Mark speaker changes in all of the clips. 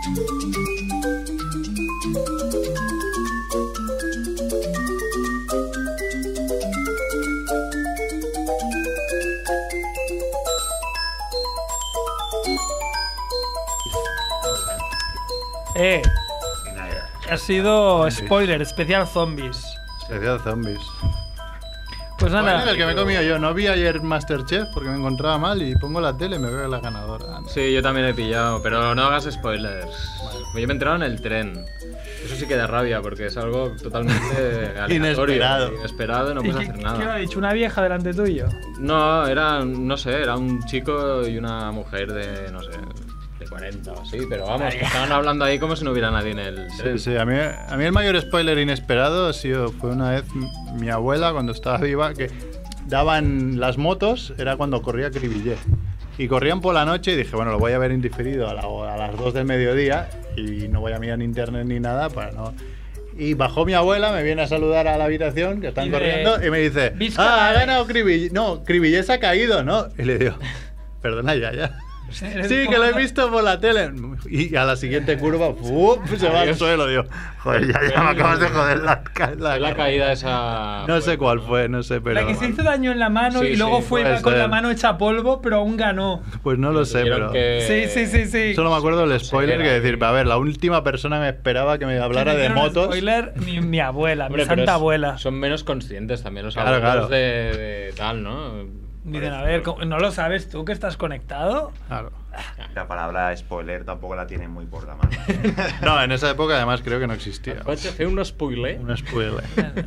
Speaker 1: Ha sido spoiler, especial zombies.
Speaker 2: Especial zombies.
Speaker 1: Pues nada.
Speaker 2: Spoiler, el que me he comido yo. No vi ayer Masterchef porque me encontraba mal y pongo la tele y me veo la ganadora.
Speaker 3: Sí, yo también he pillado, pero no hagas spoilers. Yo me he enterado en el tren. Eso sí que da rabia porque es algo totalmente aleatorio, inesperado, no puedes hacer nada.
Speaker 1: ¿Qué ha dicho? ¿Una vieja delante tuyo?
Speaker 3: No, era un chico y una mujer de, no sé, de 40 o así, pero vamos, que estaban hablando ahí como si no hubiera nadie en el tren.
Speaker 2: Sí, a mí el mayor spoiler inesperado fue una vez mi abuela cuando estaba viva, que daban las motos, era cuando corría Cribillé. Y corrían por la noche y dije, bueno, lo voy a ver en diferido a las 2 del mediodía y no voy a mirar en internet ni nada para no... Y bajó mi abuela, me viene a saludar a la habitación, que están corriendo, y me dice, ha ganado Cribillé. No, Cribillé se ha caído, ¿no? Y le digo, perdona, ya. Sí, que lo he visto por la tele. Y a la siguiente curva, se va al suelo. Digo, joder, ya me acabas de joder
Speaker 3: la caída esa.
Speaker 2: No sé cuál fue, no sé, pero.
Speaker 1: La que se hizo daño en la mano y luego fue con la mano hecha polvo, pero aún ganó.
Speaker 2: Pues no lo sé, pero.
Speaker 1: Sí.
Speaker 2: Solo me acuerdo del spoiler que decir, a ver, la última persona me esperaba que me hablara de motos.
Speaker 1: Spoiler, mi abuela, mi santa abuela.
Speaker 3: Son menos conscientes también los abuelos de tal, ¿no?
Speaker 1: Dicen, a ver, ¿no lo sabes tú que estás conectado?
Speaker 2: Claro.
Speaker 4: La palabra spoiler tampoco la tiene muy por la mano.
Speaker 2: No, en esa época además creo que no existía.
Speaker 3: ¿Puedes hacer un spoiler?
Speaker 2: Un spoiler.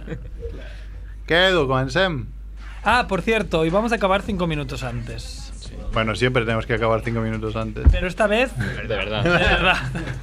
Speaker 2: ¿Qué, Edu? ¿Comencem?
Speaker 1: Por cierto, hoy vamos a acabar 5 minutos antes.
Speaker 2: Sí. Bueno, siempre tenemos que acabar 5 minutos antes.
Speaker 1: Pero esta vez...
Speaker 3: De verdad.
Speaker 1: De verdad.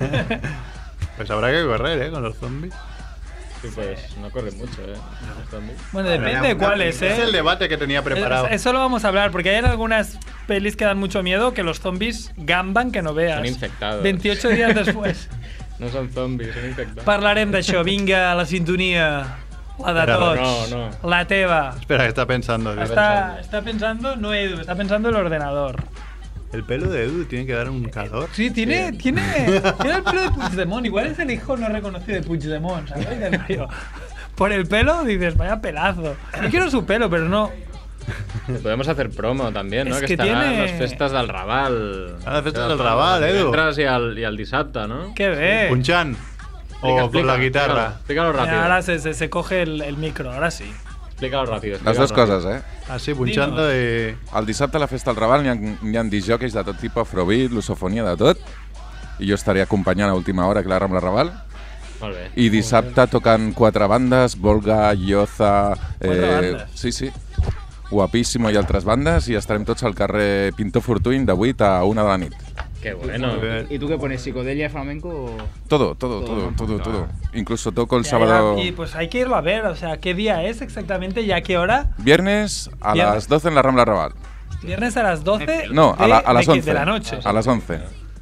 Speaker 2: Pues habrá que correr, con los zombies.
Speaker 3: Sí, pues no corre mucho,
Speaker 1: Bueno, depende de cuáles,
Speaker 2: Es el debate que tenía preparado.
Speaker 1: Eso lo vamos a hablar, porque hay algunas pelis que dan mucho miedo que los zombies gamban que no veas.
Speaker 3: Son infectados.
Speaker 1: 28 días después.
Speaker 3: No son zombies, son infectados.
Speaker 1: Parlarem d'això. Vinga, la sintonia. La de tots.
Speaker 3: No.
Speaker 1: La teva.
Speaker 2: Espera, que está pensando.
Speaker 1: Está pensando, no Edu, está pensando el ordenador.
Speaker 2: El pelo de Edu tiene que dar un calor.
Speaker 1: Sí, tiene el pelo de Puigdemont. Igual es el hijo no reconocido de Puigdemont, ¿sabes? Por el pelo dices, vaya pelazo. Yo quiero su pelo, pero no.
Speaker 3: Podemos hacer promo también, ¿no?
Speaker 1: Es
Speaker 3: que
Speaker 1: que
Speaker 3: estarán
Speaker 1: tiene...
Speaker 3: las festas del Raval.
Speaker 2: Las festas del Raval, Edu.
Speaker 3: Entras y al dissabte, ¿no?
Speaker 1: Qué bé.
Speaker 2: Punchan. O con la guitarra.
Speaker 3: Explícalo rápido.
Speaker 1: Ahora se coge el micro, ahora sí.
Speaker 3: Explícalo rápido.
Speaker 5: Les dues coses,
Speaker 2: Así, punxando i...
Speaker 5: El dissabte a la festa del Raval hi ha disjòqueis de tot tipus, afrobeat, lusofonia, de tot. I jo estaré acompanyant a última hora, clar, amb la Raval.
Speaker 3: Molt bé.
Speaker 5: I dissabte tocant 4 bandes, Volga, Yoza...
Speaker 1: 4 bandes?
Speaker 5: Sí. Guapíssimo i altres bandes, i estarem tots al carrer Pintor Fortuny de 8 a 1 de la nit.
Speaker 3: Qué bueno.
Speaker 6: ¿Y tú qué pones? ¿Psicodelia, flamenco o...?
Speaker 5: Todo. Incluso toco el sábado...
Speaker 1: Y pues hay que irlo a ver, o sea, ¿qué día es exactamente y a qué hora?
Speaker 5: Viernes a las 12 en la Rambla Raval.
Speaker 1: Viernes a las 12
Speaker 5: No, a las 11.
Speaker 1: de la noche.
Speaker 5: A las 11.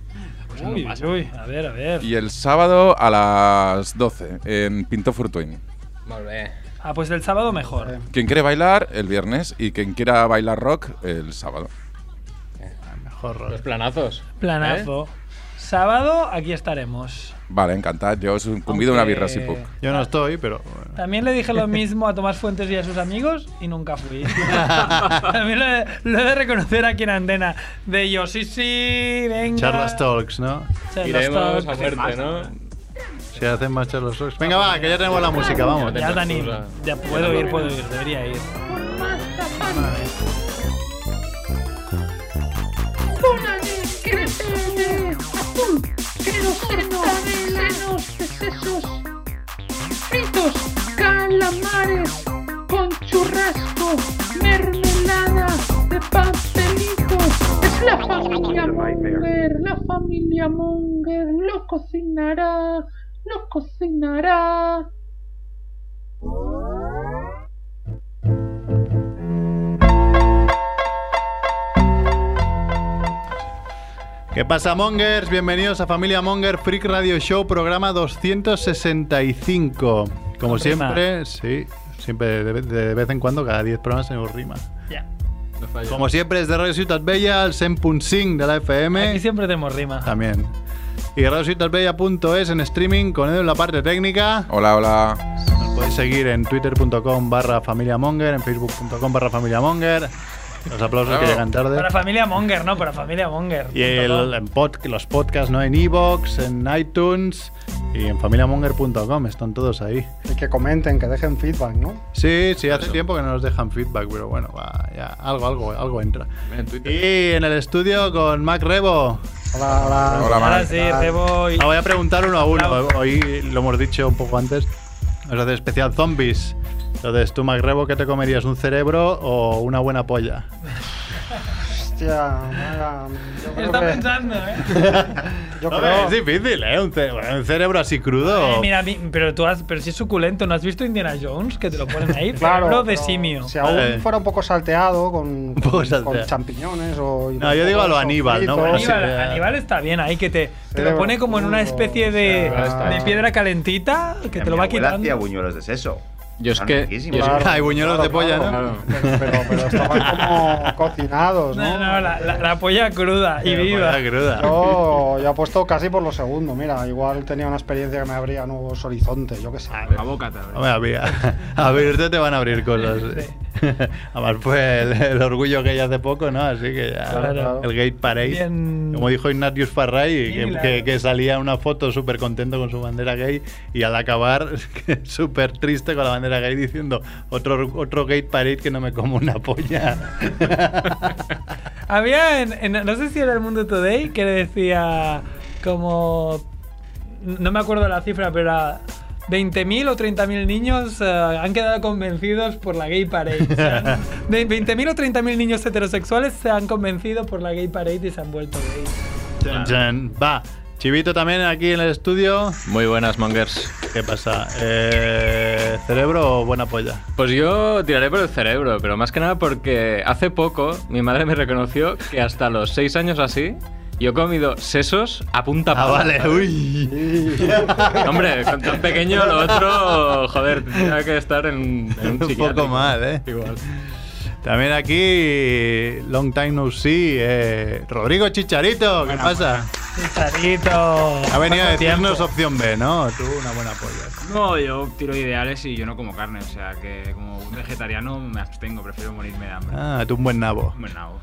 Speaker 1: Uy, a ver.
Speaker 5: Y el sábado a las 12 en Pintor Fortuny.
Speaker 3: Molt bé.
Speaker 1: Pues el sábado mejor.
Speaker 5: Quien quiere bailar el viernes y quien quiera bailar rock el sábado.
Speaker 2: Mejor rock.
Speaker 3: Los planazos.
Speaker 1: Planazo. Sábado, aquí estaremos.
Speaker 5: Vale, encantado. Yo os convido a una birra si puc.
Speaker 2: Yo no estoy, pero... Bueno.
Speaker 1: También le dije lo mismo a Tomás Fuentes y a sus amigos y nunca fui. También lo he de reconocer aquí en Andena. De yo, sí, venga.
Speaker 2: Charlas Talks, ¿no?
Speaker 3: Iremos a muerte, ¿no?
Speaker 2: Si hacen más Charlas Talks. Venga, va, que ya tenemos la música, vamos.
Speaker 1: Ya, Dani, ya puedo ir, debería ir.
Speaker 7: Senos de sesos fritos, calamares con churrasco, mermelada de pastelito. Es la familia Monger, lo cocinará.
Speaker 2: ¿Qué pasa, Mongers? Bienvenidos a Familia Monger Freak Radio Show, programa 265. Como siempre, siempre de vez en cuando, cada 10 programas se nos rima.
Speaker 1: Ya.
Speaker 2: Como siempre, desde Radio Ciutat Bella, al 100.5 de la FM.
Speaker 1: Aquí siempre tenemos rima.
Speaker 2: También. Y radiositalplaya.es en streaming con Edu en la parte técnica.
Speaker 5: Hola, hola.
Speaker 2: Nos podéis seguir en twitter.com/familiamonger, en facebook.com/familiamonger. Los aplausos que llegan tarde.
Speaker 1: Para Familia Monger, no, para Familia Monger.
Speaker 2: Y los podcasts, ¿no? En iVoox, en iTunes y en familiamonger.com. Están todos ahí.
Speaker 8: Y que comenten, que dejen feedback, ¿no?
Speaker 2: Sí, hace tiempo que no nos dejan feedback, pero bueno, va, ya algo entra.
Speaker 3: En Twitter.
Speaker 2: Y en el estudio con Mac Rebo.
Speaker 8: Hola.
Speaker 5: Hola,
Speaker 1: Ahora
Speaker 5: Marc.
Speaker 1: sí, Rebo y...
Speaker 2: Voy a preguntar uno a uno. Hoy lo hemos dicho un poco antes. Vamos a hacer especial zombies. Entonces, tú, Mac Rebo, ¿qué te comerías? ¿Un cerebro o una buena polla?
Speaker 8: Hostia, vaya, yo creo
Speaker 1: Está
Speaker 8: que...
Speaker 1: pensando,
Speaker 8: Yo
Speaker 2: No,
Speaker 8: creo...
Speaker 2: es difícil, ¿eh? Un cerebro así crudo.
Speaker 1: Mira, pero si es suculento, ¿no has visto Indiana Jones? Que te lo ponen ahí,
Speaker 8: Claro,
Speaker 1: cerebro de
Speaker 8: pero
Speaker 1: simio.
Speaker 8: Si aún fuera un poco salteado con
Speaker 2: salteado.
Speaker 8: champiñones o...
Speaker 2: No, yo digo a lo Aníbal, ¿no? Bueno, sí.
Speaker 1: Aníbal está bien ahí, que te lo
Speaker 8: Cerebro
Speaker 1: pone como en una
Speaker 8: crudo,
Speaker 1: especie de piedra calentita, que te lo va
Speaker 4: Mi abuela hacía
Speaker 1: quitando.
Speaker 4: buñuelos de seso.
Speaker 3: Yo es
Speaker 4: Están
Speaker 3: que.
Speaker 4: riquísimos.
Speaker 3: yo es-
Speaker 8: Claro.
Speaker 2: Hay buñuelos de polla, ¿no?
Speaker 3: Claro.
Speaker 8: Pero estaban como cocinados, ¿no?
Speaker 1: No, la polla cruda y viva.
Speaker 2: Polla cruda.
Speaker 8: Yo apuesto casi por lo segundo. Mira, igual tenía una experiencia que me abría nuevos horizontes, yo qué sé.
Speaker 6: La boca te abre.
Speaker 2: Hombre, a abrirte te van a abrir cosas. Además fue el orgullo que hay hace poco, ¿no? Así que ya
Speaker 1: Claro.
Speaker 2: el Gate Parade.
Speaker 1: Bien.
Speaker 2: Como dijo Ignatius Farray,
Speaker 1: Bien hilado.
Speaker 2: que salía una foto súper contento con su bandera gay y al acabar súper triste con la bandera gay diciendo otro Gate Parade que no me como una polla.
Speaker 1: Había no sé si era el Mundo Today que decía como no me acuerdo la cifra, pero era 20.000 o 30.000 niños han quedado convencidos por la Gay Parade. O sea, 20.000 o 30.000 niños heterosexuales se han convencido por la Gay Parade y se han vuelto gays.
Speaker 2: Chan, chan. Va, Chivito también aquí en el estudio.
Speaker 3: Muy buenas, Mongers.
Speaker 2: ¿Qué pasa? ¿Cerebro o buena polla?
Speaker 3: Pues yo tiraré por el cerebro, pero más que nada porque hace poco mi madre me reconoció que hasta los 6 años así yo he comido sesos a punta pala.
Speaker 2: Vale,
Speaker 3: ¿sabes?
Speaker 2: uy.
Speaker 3: Hombre, con tan pequeño lo otro, joder, tendría que estar en un
Speaker 2: Un
Speaker 3: psiquiátrico.
Speaker 2: poco mal, ¿eh?
Speaker 3: Igual.
Speaker 2: También aquí, long time no see, Rodrigo Chicharito, ¿qué pasa?
Speaker 1: Chicharito.
Speaker 2: Ha venido a
Speaker 1: ¿Cuánto
Speaker 2: decirnos
Speaker 1: tiempo?
Speaker 2: opción B, ¿no? Tú, una buena polla.
Speaker 6: No, yo tiro ideales y yo no como carne, o sea que como un vegetariano me abstengo, prefiero morirme de hambre.
Speaker 2: Ah, tú un buen nabo.
Speaker 6: Bueno,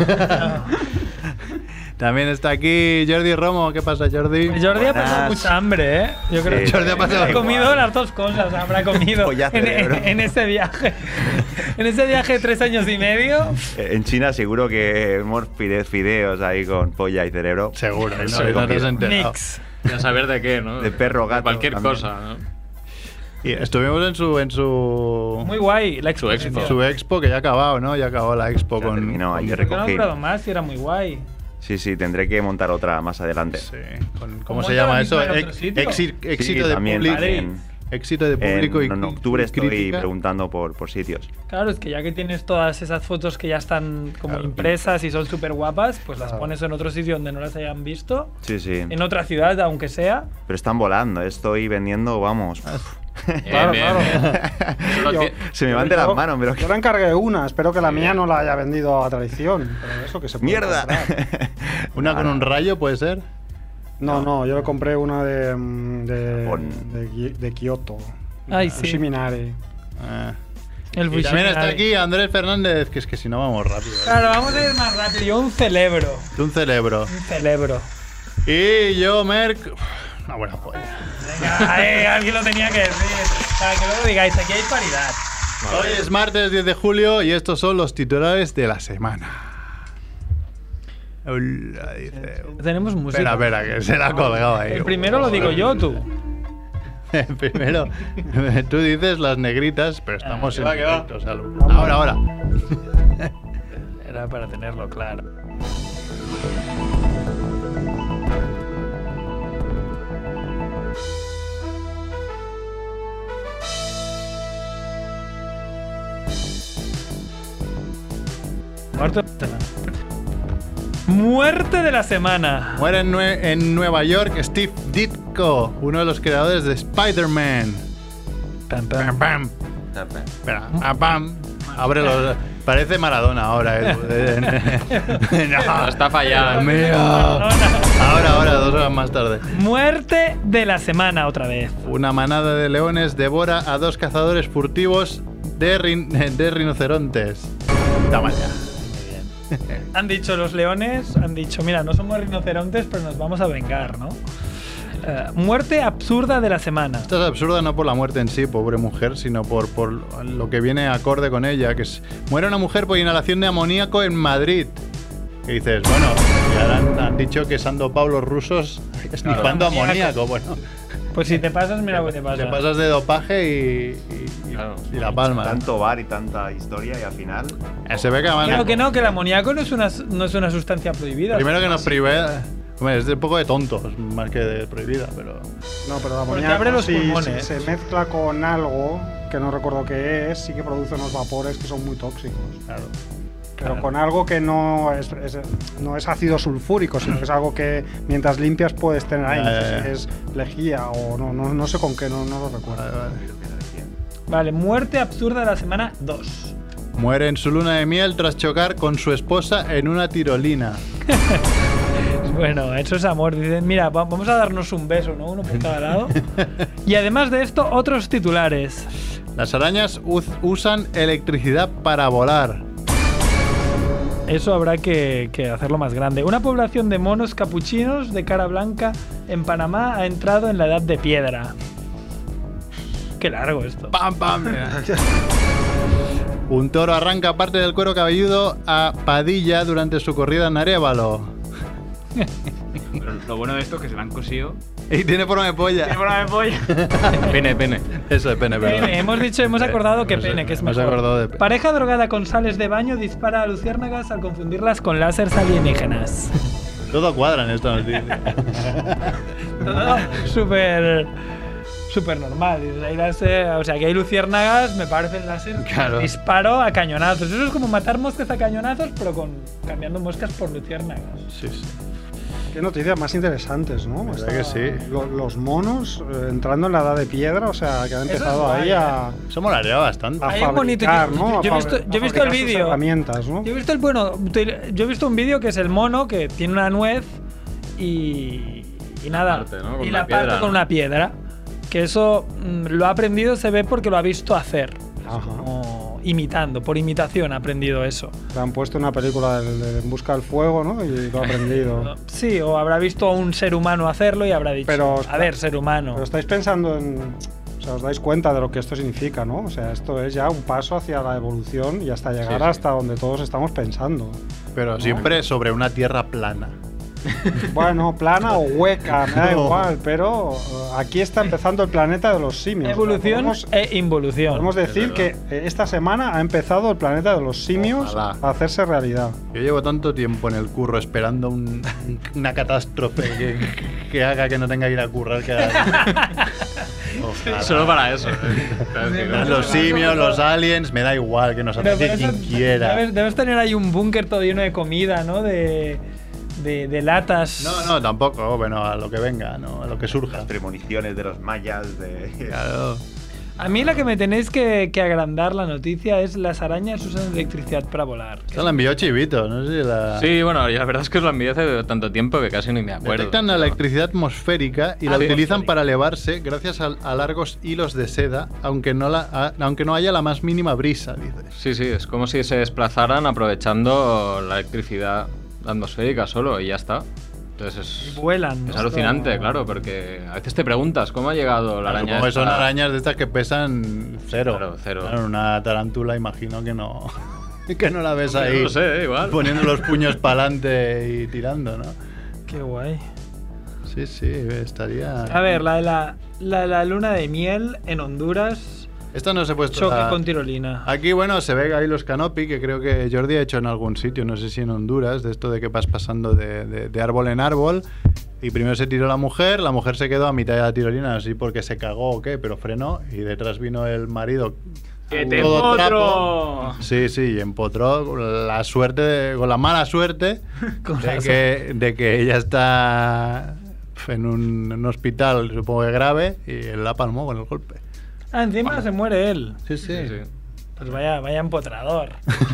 Speaker 2: También está aquí Jordi Romo, ¿qué pasa, Jordi?
Speaker 1: Jordi ha pasado
Speaker 4: Buenas.
Speaker 1: mucha hambre, ¿eh? Yo creo
Speaker 4: Sí,
Speaker 1: que
Speaker 2: Jordi ha pasado
Speaker 1: ha comido las dos cosas, habrá comido
Speaker 4: Polla cerebro.
Speaker 1: en ese viaje. En ese viaje de 3 años y medio.
Speaker 4: En China seguro que hemos fideos ahí con polla y cerebro.
Speaker 2: Seguro,
Speaker 4: Eso
Speaker 2: no,
Speaker 4: he
Speaker 2: no te has
Speaker 4: comido.
Speaker 2: enterado.
Speaker 1: Mix.
Speaker 3: Ya saber de qué, ¿no?
Speaker 4: De perro, gato
Speaker 3: Cualquier
Speaker 4: también.
Speaker 3: cosa, ¿no?
Speaker 2: Y estuvimos en su
Speaker 1: Muy guay la
Speaker 3: Su expo.
Speaker 1: exposición.
Speaker 2: su expo, que ya ha acabado, ¿no? Ya acabó la expo
Speaker 4: Ya
Speaker 2: con...
Speaker 4: terminó, ayer
Speaker 1: Creo que no ha
Speaker 4: recogí.
Speaker 1: durado más y era muy guay.
Speaker 4: Sí, tendré que montar otra más adelante.
Speaker 2: Sí, ¿cómo
Speaker 1: ¿Cómo
Speaker 2: se
Speaker 1: está
Speaker 2: llama
Speaker 1: la
Speaker 2: eso?
Speaker 1: misma en otro sitio?
Speaker 2: Éxito
Speaker 4: Sí,
Speaker 2: de
Speaker 4: también,
Speaker 2: público.
Speaker 4: en-
Speaker 2: Éxito de público
Speaker 4: En octubre
Speaker 2: y
Speaker 4: estoy
Speaker 2: crítica.
Speaker 4: preguntando por sitios.
Speaker 1: Claro, es que ya que tienes todas esas fotos que ya están como
Speaker 2: Claro.
Speaker 1: impresas y son súper guapas, pues las
Speaker 8: Claro.
Speaker 1: pones en otro sitio donde no las hayan visto.
Speaker 4: Sí, sí.
Speaker 1: En otra ciudad, aunque sea.
Speaker 4: Pero están volando, estoy vendiendo, vamos.
Speaker 8: Claro,
Speaker 3: Bien,
Speaker 8: claro.
Speaker 3: bien. Solo
Speaker 8: Yo-
Speaker 3: ti-
Speaker 4: Se me van de las manos, pero
Speaker 8: Yo le encargué una, espero que la mía no la haya vendido a traición. Pero eso que se puede
Speaker 4: ¡Mierda!
Speaker 8: comprar.
Speaker 2: Una con un rayo, ¿puede ser?
Speaker 8: No, yo le compré una
Speaker 4: Japón.
Speaker 8: de Kioto.
Speaker 1: Ay,
Speaker 8: Un
Speaker 1: sí.
Speaker 8: Shiminare.
Speaker 2: Ah.
Speaker 1: El
Speaker 2: Y también está
Speaker 1: Bushinari.
Speaker 2: aquí Andrés Fernández, que es que si no vamos rápido.
Speaker 1: Claro, vamos a ir más rápido. Yo un celebro.
Speaker 2: Un cerebro.
Speaker 1: Un celebro.
Speaker 2: Y yo, Merck, una buena polla.
Speaker 1: Venga, alguien lo tenía que decir. Para que luego digáis, aquí hay paridad.
Speaker 2: Hoy es martes 10 de julio y estos son los titulares de la semana. Hola, dice.
Speaker 1: Tenemos música.
Speaker 2: Espera, que se la ha colgado ahí.
Speaker 1: El primero lo digo yo, tú.
Speaker 2: Primero, tú dices las negritas, pero estamos en
Speaker 3: va, que va.
Speaker 2: directo, salud. Ahora.
Speaker 1: Era para tenerlo claro. Muerte de la semana. Muerte de la semana.
Speaker 2: Muere en Nueva York Steve Ditko, uno de los creadores de Spider-Man.
Speaker 1: Pam,
Speaker 2: Pam,
Speaker 1: pam.
Speaker 2: pam. Espera, pam, pam. Abre los... Parece Maradona ahora.
Speaker 3: No, está fallado.
Speaker 2: Ahora, 2 horas más tarde.
Speaker 1: Muerte de la semana otra vez.
Speaker 2: Una manada de leones devora a 2 cazadores furtivos de rinocerontes. Toma ya.
Speaker 1: Han dicho los leones, han dicho, mira, no somos rinocerontes, pero nos vamos a vengar, ¿no? Muerte absurda de la semana.
Speaker 2: Esta es absurda no por la muerte en sí, pobre mujer, sino por lo que viene acorde con ella, que es... Muere una mujer por inhalación de amoníaco en Madrid. Y dices, bueno, ya han dicho que se han dopado los rusos esnifando amoníaco. Bueno,
Speaker 1: pues si te pasas, mira lo que te pasa.
Speaker 2: te pasas de dopaje y la palma.
Speaker 4: Tanto bar y tanta historia y al final...
Speaker 2: Se ve que además...
Speaker 1: Creo que no, que el amoníaco no es una sustancia prohibida.
Speaker 2: Primero que nos prohíbe... Hombre, es un poco de tontos, más que de prohibida, pero...
Speaker 8: No, pero la
Speaker 1: Porque abre
Speaker 8: amoníaco
Speaker 1: los pulmones.
Speaker 8: se mezcla con algo que no recuerdo qué es, sí que produce unos vapores que son muy tóxicos.
Speaker 2: Claro.
Speaker 8: Pero con algo que no es ácido sulfúrico, sino que es algo que mientras limpias puedes tener ahí. No sé si es lejía o no sé con qué, no lo recuerdo.
Speaker 1: Vale, muerte absurda de la semana 2.
Speaker 2: Muere en su luna de miel tras chocar con su esposa en una tirolina.
Speaker 1: Bueno, eso es amor. Dicen, mira, vamos a darnos un beso, ¿no? Uno por cada lado. Y además de esto, otros titulares.
Speaker 2: Las arañas usan electricidad para volar.
Speaker 1: Eso habrá que hacerlo más grande. Una población de monos capuchinos de cara blanca en Panamá ha entrado en la edad de piedra. Qué largo esto.
Speaker 2: ¡Pam, pam! Un toro arranca parte del cuero cabelludo a Padilla durante su corrida en Arévalo.
Speaker 6: Pero lo bueno de esto es que se lo han cosido.
Speaker 2: Y tiene forma de polla.
Speaker 6: ¿Tiene forma de polla?
Speaker 3: Pene.
Speaker 2: Eso es pene, perdón.
Speaker 1: Pene, hemos acordado que pene, que es
Speaker 2: hemos
Speaker 1: mejor.
Speaker 2: acordado de pene.
Speaker 1: Pareja drogada con sales de baño dispara a luciérnagas al confundirlas con láseres alienígenas.
Speaker 2: Todo cuadra en esta noticia.
Speaker 1: Todo súper normal. O sea, que hay luciérnagas, me parecen láser.
Speaker 2: Claro.
Speaker 1: Disparo a cañonazos. Eso es como matar moscas a cañonazos, pero cambiando moscas por luciérnagas.
Speaker 2: Sí.
Speaker 8: Qué noticias más interesantes, ¿no?
Speaker 2: ¿Verdad que sí?
Speaker 8: Los monos entrando en la edad de piedra, o sea, que han empezado
Speaker 1: guay,
Speaker 8: ahí a
Speaker 2: Eso molaría bastante.
Speaker 1: Ahí es bonito.
Speaker 8: fabricar, ¿no?
Speaker 1: Yo he visto el
Speaker 8: fabricar sus
Speaker 1: vídeo.
Speaker 8: herramientas, ¿no?
Speaker 1: Yo he visto un vídeo que es el mono que tiene una nuez y nada.
Speaker 3: Parte, ¿no? Con
Speaker 1: Y
Speaker 3: una
Speaker 1: la
Speaker 3: piedra,
Speaker 1: parte con
Speaker 3: ¿no?
Speaker 1: una piedra. Que eso lo ha aprendido, se ve porque lo ha visto hacer.
Speaker 8: Ajá.
Speaker 1: Como imitando, por imitación ha aprendido eso.
Speaker 8: Le han puesto una película de En busca del fuego, ¿no? Y lo ha aprendido.
Speaker 1: Sí, o habrá visto a un ser humano hacerlo y habrá dicho,
Speaker 8: Pero,
Speaker 1: a ver, ser humano.
Speaker 8: Pero estáis pensando en... O sea, os dais cuenta de lo que esto significa, ¿no? O sea, esto es ya un paso hacia la evolución y hasta llegar hasta donde todos estamos pensando.
Speaker 2: Pero siempre sobre una tierra plana.
Speaker 8: Bueno, plana o hueca, me da igual, pero aquí está empezando el planeta de los simios.
Speaker 1: Evolución e involución.
Speaker 8: Podemos decir que esta semana ha empezado el planeta de los simios
Speaker 2: Ojalá.
Speaker 8: a hacerse realidad.
Speaker 2: Yo llevo tanto tiempo en el curro esperando una catástrofe que haga que no tenga que ir a currar. Ojalá.
Speaker 3: Solo para eso.
Speaker 2: Los simios, los aliens, me da igual que nos
Speaker 1: Pero
Speaker 2: ataque
Speaker 1: por eso
Speaker 2: quien quiera.
Speaker 1: Debes tener ahí un búnker todo lleno de comida, ¿no? De latas.
Speaker 2: No, tampoco, bueno, a lo que venga, ¿no? A lo que surja.
Speaker 4: Las premoniciones de los mayas, de...
Speaker 2: Claro.
Speaker 1: A mí la que me tenéis que agrandar la noticia es las arañas usan electricidad para volar.
Speaker 2: Esta la envió Chivito, no sé si la...
Speaker 3: Sí, bueno, y la verdad es que os lo envié hace tanto tiempo que casi ni me acuerdo.
Speaker 2: Detectan la electricidad atmosférica y la
Speaker 3: sí,
Speaker 2: utilizan
Speaker 3: sí.
Speaker 2: para elevarse gracias a largos hilos de seda, aunque no haya la más mínima brisa, dice.
Speaker 3: Sí, es como si se desplazaran aprovechando la electricidad atmosférica solo y ya está. Entonces
Speaker 1: Y vuelan.
Speaker 3: es
Speaker 1: ¿no?
Speaker 3: alucinante, claro, porque a veces te preguntas cómo ha llegado la araña.
Speaker 2: Supongo que son
Speaker 3: esta?
Speaker 2: arañas de estas que pesan cero.
Speaker 3: Cero.
Speaker 2: Claro, una tarántula imagino que no, que no la ves ahí
Speaker 3: No lo sé, igual.
Speaker 2: poniendo los puños para adelante y tirando, ¿no?
Speaker 1: Qué guay.
Speaker 2: Sí, estaría...
Speaker 1: A ver, la de la luna de miel en Honduras.
Speaker 2: Esta no se ha puesto...
Speaker 1: Choque con tirolina.
Speaker 2: Aquí, bueno, se ve ahí los canopy, que creo que Jordi ha hecho en algún sitio, no sé si en Honduras, de esto de que vas pasando de árbol en árbol, y primero se tiró la mujer se quedó a mitad de la tirolina, así porque se cagó o qué, pero frenó, y detrás vino el marido...
Speaker 6: ¡Que te
Speaker 2: todo trapo.
Speaker 6: potro!
Speaker 2: Sí, y empotró con la mala suerte de que ella está en un hospital, supongo que grave, y él la palmó con el golpe.
Speaker 1: Ah, encima se muere él.
Speaker 2: Sí.
Speaker 1: Pues vaya empotrador.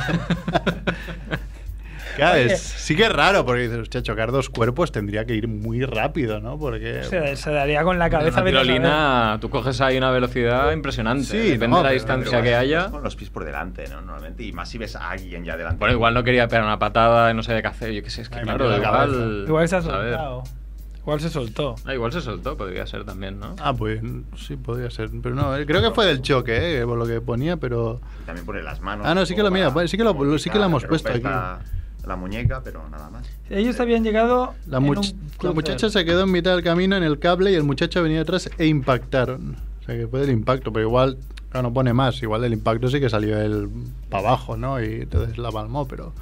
Speaker 2: Claro,
Speaker 1: Oye.
Speaker 2: sí que es raro, porque dices, hostia, chocar dos cuerpos tendría que ir muy rápido, ¿no? Porque...
Speaker 1: Se daría con la cabeza.
Speaker 3: Una tirolina, tú coges ahí una velocidad impresionante.
Speaker 2: Sí,
Speaker 3: Depende
Speaker 2: no,
Speaker 3: de la
Speaker 2: pero-
Speaker 3: distancia
Speaker 4: Pero
Speaker 3: que
Speaker 4: vas
Speaker 3: haya.
Speaker 4: con los pies por delante, ¿no? Normalmente. Y más si ves a alguien ya delante.
Speaker 3: Bueno, igual no quería pegar una patada y no sabía qué hacer. Yo qué sé, es que
Speaker 2: Ay,
Speaker 3: claro,
Speaker 2: me dio la
Speaker 3: igual.
Speaker 1: Igual se ha
Speaker 3: ¿sabes?
Speaker 1: soltado. Igual se soltó.
Speaker 3: Igual se soltó, podría ser también, ¿no?
Speaker 2: Ah, pues sí, podría ser. Pero no, creo que fue del choque, por lo que ponía, pero...
Speaker 4: Y también pone las manos.
Speaker 2: Ah, no, sí que lo mira, sí que lo hemos puesto aquí.
Speaker 4: La muñeca, pero nada más.
Speaker 1: Ellos habían llegado.
Speaker 2: La,
Speaker 1: en
Speaker 2: much-
Speaker 1: un
Speaker 2: la
Speaker 1: crucer.
Speaker 2: muchacha se quedó en mitad del camino en el cable y el muchacho venía detrás e impactaron. O sea, que fue del impacto, pero igual, claro, no pone más. Igual del impacto sí que salió él para abajo, ¿no? Y entonces la palmó, pero...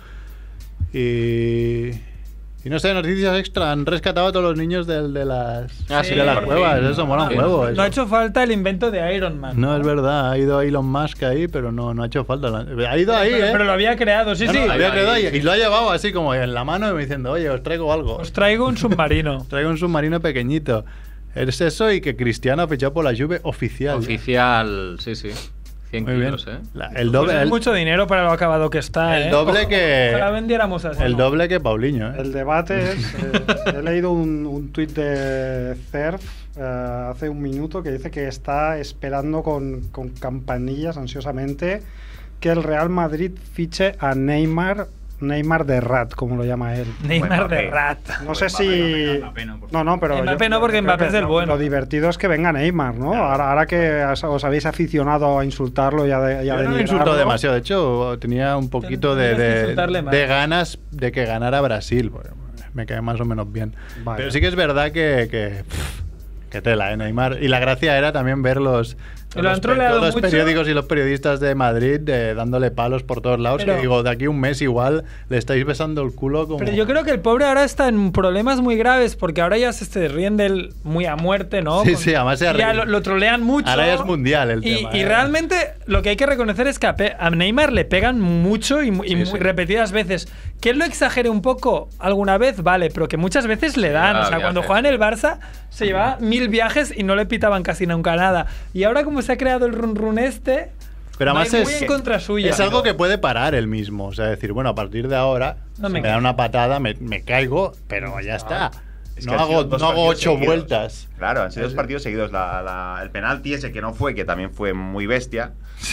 Speaker 2: Y no sé, noticias extra. Han rescatado a todos los niños de las,
Speaker 3: Ah, sí,
Speaker 2: de las
Speaker 3: por
Speaker 2: cuevas.
Speaker 3: fin.
Speaker 2: Eso mola un
Speaker 3: Sí.
Speaker 2: huevo.
Speaker 1: No
Speaker 2: eso.
Speaker 1: ha hecho falta el invento de Iron Man.
Speaker 2: No, es verdad. Ha ido Elon Musk ahí, pero no ha hecho falta. Ha ido ahí,
Speaker 1: Pero lo había creado, sí,
Speaker 2: No,
Speaker 1: sí.
Speaker 2: no, había
Speaker 3: ahí,
Speaker 2: quedado ahí,
Speaker 3: sí.
Speaker 2: y lo ha llevado así como en la mano y me diciendo, oye, os traigo algo.
Speaker 1: Os traigo un submarino.
Speaker 2: Traigo un submarino pequeñito. Es eso y que Cristiano ha fichado por la Juve oficial.
Speaker 3: Oficial, sí, sí. 100
Speaker 2: Muy bien.
Speaker 3: kilos, ¿eh?
Speaker 2: El
Speaker 1: Pues
Speaker 2: doble,
Speaker 1: es
Speaker 2: el,
Speaker 1: mucho dinero para lo acabado que está.
Speaker 2: el doble que
Speaker 1: Ojalá vendiéramos así.
Speaker 2: el doble que Paulinho.
Speaker 8: El debate es. He leído un tuit de Cerf hace un minuto que dice que está esperando con campanillas ansiosamente que el Real Madrid fiche a Neymar de Rat, como lo llama él.
Speaker 1: Neymar de
Speaker 4: Mbappé.
Speaker 1: Rat.
Speaker 8: No sé si.
Speaker 6: Mbappé no, por
Speaker 8: No, pero.
Speaker 1: Mbappé no, porque
Speaker 8: creo
Speaker 1: Mbappé
Speaker 8: que
Speaker 1: es el bueno.
Speaker 8: Lo divertido es que venga Neymar, ¿no? Ahora que os habéis aficionado a insultarlo y a
Speaker 2: Yo no lo
Speaker 8: denigrarlo.
Speaker 2: insultó demasiado. De hecho, tenía un poquito
Speaker 1: Tendrías que insultarle más.
Speaker 2: de ganas de que ganara Brasil. Porque me cae más o menos bien.
Speaker 8: Vale.
Speaker 2: Pero sí que es verdad que tela, Neymar. Y la gracia era también ver los
Speaker 1: Lo han troleado
Speaker 2: todos los
Speaker 1: mucho.
Speaker 2: periódicos y los periodistas de Madrid dándole palos por todos lados.
Speaker 1: Pero-
Speaker 2: que digo, de aquí a un mes igual le estáis besando el culo como...
Speaker 1: Pero yo creo que el pobre ahora está en problemas muy graves porque ahora ya se ríen de él muy a muerte, ¿no?
Speaker 2: Sí, sí, además se
Speaker 1: ya
Speaker 2: ríen.
Speaker 1: lo trolean mucho.
Speaker 2: Ahora ya es mundial el
Speaker 1: y,
Speaker 2: tema,
Speaker 1: y
Speaker 2: ¿eh?
Speaker 1: realmente lo que hay que reconocer es que a Neymar le pegan mucho y
Speaker 2: Sí, sí.
Speaker 1: repetidas veces. Que él lo exagere un poco alguna vez, vale, pero que muchas veces le dan.
Speaker 3: da
Speaker 1: O sea, cuando
Speaker 3: viajes.
Speaker 1: juega en el Barça se llevaba 1000 viajes y no le pitaban casi nunca nada. Y ahora como se ha creado el run este...
Speaker 2: Pero además
Speaker 1: va muy
Speaker 2: es,
Speaker 1: en contra suya.
Speaker 2: es algo que puede parar él mismo. O sea, decir, bueno, a partir de ahora,
Speaker 1: No
Speaker 2: si
Speaker 1: me
Speaker 2: me dan
Speaker 1: caigo.
Speaker 2: una patada, me caigo, pero ya está.
Speaker 4: Es
Speaker 2: No
Speaker 4: que han sido
Speaker 2: hago,
Speaker 4: dos
Speaker 2: no hago
Speaker 4: partidos
Speaker 2: 8
Speaker 4: seguidos.
Speaker 2: vueltas.
Speaker 4: Claro, han sido dos partidos seguidos. El penalti ese que no fue, que también fue muy bestia.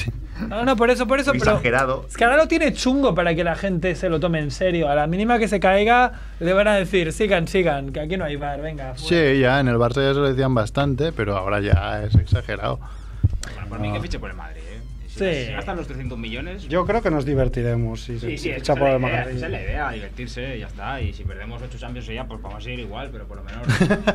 Speaker 1: No, por eso,
Speaker 4: Muy
Speaker 1: pero...
Speaker 4: exagerado.
Speaker 1: Es que ahora lo tiene chungo para que la gente se lo tome en serio. A la mínima que se caiga, le van a decir, sigan, que aquí no hay bar, venga. fuera".
Speaker 2: Sí, ya en el Barça ya se lo decían bastante, pero ahora ya es exagerado.
Speaker 6: Bueno, por mí que fiche por el Madrid, ¿eh? Si
Speaker 1: Sí.
Speaker 6: se gastan los 300 millones.
Speaker 8: Yo creo que nos divertiremos si se
Speaker 6: Sí, sí,
Speaker 8: ficha
Speaker 6: esa
Speaker 8: por
Speaker 6: es
Speaker 8: el
Speaker 6: la idea,
Speaker 8: Madrid.
Speaker 6: esa es la idea, divertirse y ya está. Y si perdemos 8 Champions ya, pues vamos a ir igual, pero por lo menos.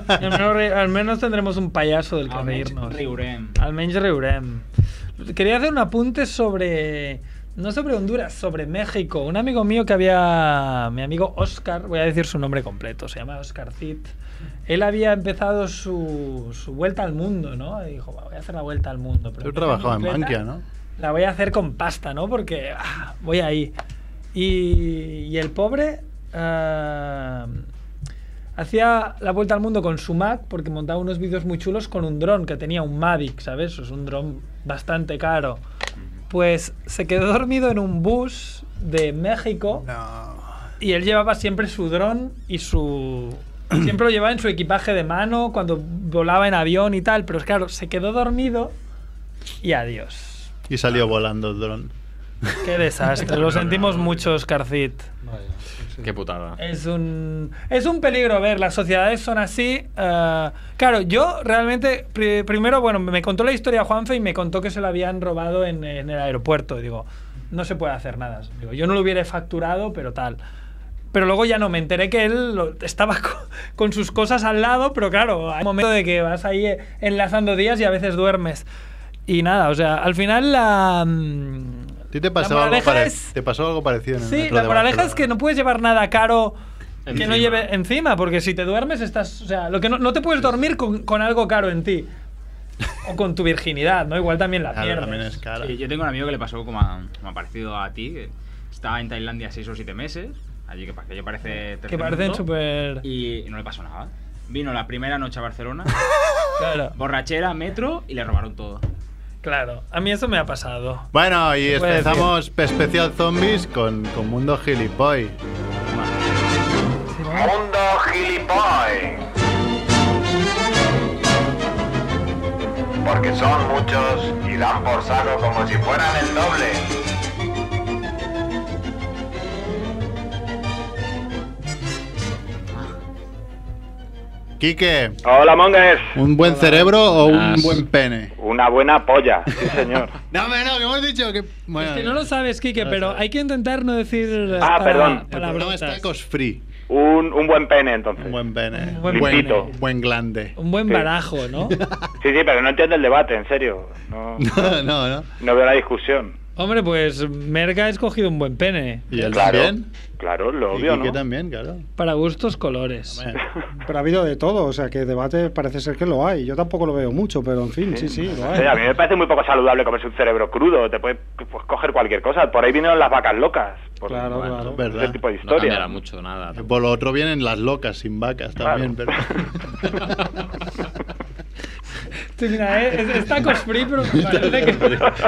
Speaker 1: Al menos tendremos un payaso del que
Speaker 6: Almenys
Speaker 1: reírnos.
Speaker 6: riurem.
Speaker 1: Almenys riurem. Quería hacer un apunte sobre... No sobre Honduras, sobre México. Un amigo mío que había... Mi amigo Oscar, voy a decir su nombre completo, se llama Oscar Cid. Él había empezado su vuelta al mundo, ¿no? Y dijo, voy a hacer la vuelta al mundo. Pero
Speaker 2: Tú
Speaker 1: en vez de
Speaker 2: trabajabas en
Speaker 1: bicicleta,
Speaker 2: Bankia, ¿no?
Speaker 1: La voy a hacer con pasta, ¿no? Porque voy ahí. Y el pobre hacía la vuelta al mundo con su Mac porque montaba unos vídeos muy chulos con un dron que tenía un Mavic, ¿sabes? Es un dron bastante caro. Pues se quedó dormido en un bus de México y él llevaba siempre su dron y su... Siempre lo llevaba en su equipaje de mano cuando volaba en avión y tal, pero es claro, se quedó dormido y adiós.
Speaker 2: Y salió volando el dron.
Speaker 1: Qué desastre, lo sentimos mucho, Oscarcit.
Speaker 3: Qué putada.
Speaker 1: Es un peligro ver, las sociedades son así. Claro, yo realmente, primero, bueno, me contó la historia Juanfe y me contó que se lo habían robado en el aeropuerto. Y digo, no se puede hacer nada. Digo, yo no lo hubiera facturado, pero tal. Pero luego ya no, me enteré que él estaba con sus cosas al lado, pero claro, hay un momento de que vas ahí enlazando días y a veces duermes. Y nada, o sea, al final
Speaker 2: ¿A ti te pasó,
Speaker 1: La
Speaker 2: algo,
Speaker 1: moraleja es-
Speaker 2: te pasó algo parecido en el
Speaker 1: sí,
Speaker 2: metro
Speaker 1: la
Speaker 2: de
Speaker 1: moraleja
Speaker 2: Barcelona?
Speaker 1: es que no puedes llevar nada caro que no
Speaker 3: Encima.
Speaker 1: lleve encima, porque si te duermes estás... O sea, lo que no te puedes dormir con algo caro en ti. O con tu virginidad, ¿no? Igual también la
Speaker 2: Claro,
Speaker 1: pierdes.
Speaker 2: también es cara.
Speaker 6: Sí, yo tengo un amigo que le pasó como ha parecido a ti, que estaba en Tailandia 6 o 7 meses, allí que para aquello parece
Speaker 1: Que
Speaker 6: tercer
Speaker 1: parecen
Speaker 6: mundo,
Speaker 1: súper...
Speaker 6: y no le pasó nada. Vino la primera noche a Barcelona,
Speaker 1: Claro.
Speaker 6: borrachera, metro, y le robaron todo.
Speaker 1: Claro, a mí eso me ha pasado.
Speaker 2: Bueno, y
Speaker 1: puede
Speaker 2: empezamos especial zombies con Mundo Gilipoy.
Speaker 9: Mundo Gilipoy. Porque son muchos y dan por saco como si fueran el doble.
Speaker 2: Quique,
Speaker 10: Hola, Mongers.
Speaker 2: ¿un buen cerebro o un buen pene?
Speaker 10: Una buena polla, sí, señor.
Speaker 2: No, que hemos dicho que... Bueno,
Speaker 1: Es que no lo sabes, Quique, pero hay que intentar no decir...
Speaker 10: perdón.
Speaker 2: el programa es tacos free.
Speaker 10: Un buen pene, entonces.
Speaker 2: Un buen pene.
Speaker 1: Un buen
Speaker 10: Limpito.
Speaker 1: pene.
Speaker 2: Buen glande.
Speaker 1: Un buen
Speaker 10: Sí.
Speaker 1: barajo, ¿no?
Speaker 10: Sí, pero no entiendo el debate, en serio. No
Speaker 2: No.
Speaker 10: veo la discusión.
Speaker 1: Hombre, pues Merck ha escogido un buen pene.
Speaker 2: ¿Y él
Speaker 10: Claro.
Speaker 2: también?
Speaker 10: Claro, lo
Speaker 2: Y
Speaker 10: obvio,
Speaker 2: Quique
Speaker 10: ¿no?
Speaker 2: también, claro.
Speaker 1: Para gustos, colores.
Speaker 8: Pero ha habido de todo, o sea que debate parece ser que lo hay. Yo tampoco lo veo mucho, pero en fin, sí, lo
Speaker 10: Sí, a
Speaker 8: hay.
Speaker 10: mí me parece muy poco saludable comerse un cerebro crudo. Te puedes pues, coger cualquier cosa. Por ahí vinieron las vacas locas. Por
Speaker 8: Claro, claro.
Speaker 2: ¿Verdad?
Speaker 10: ese tipo de
Speaker 3: No
Speaker 10: historia.
Speaker 3: cambiará mucho, nada.
Speaker 2: Por lo otro vienen las locas sin vacas también,
Speaker 10: Claro.
Speaker 2: pero...
Speaker 1: Sí, mira, es tacos free, pero me parece que...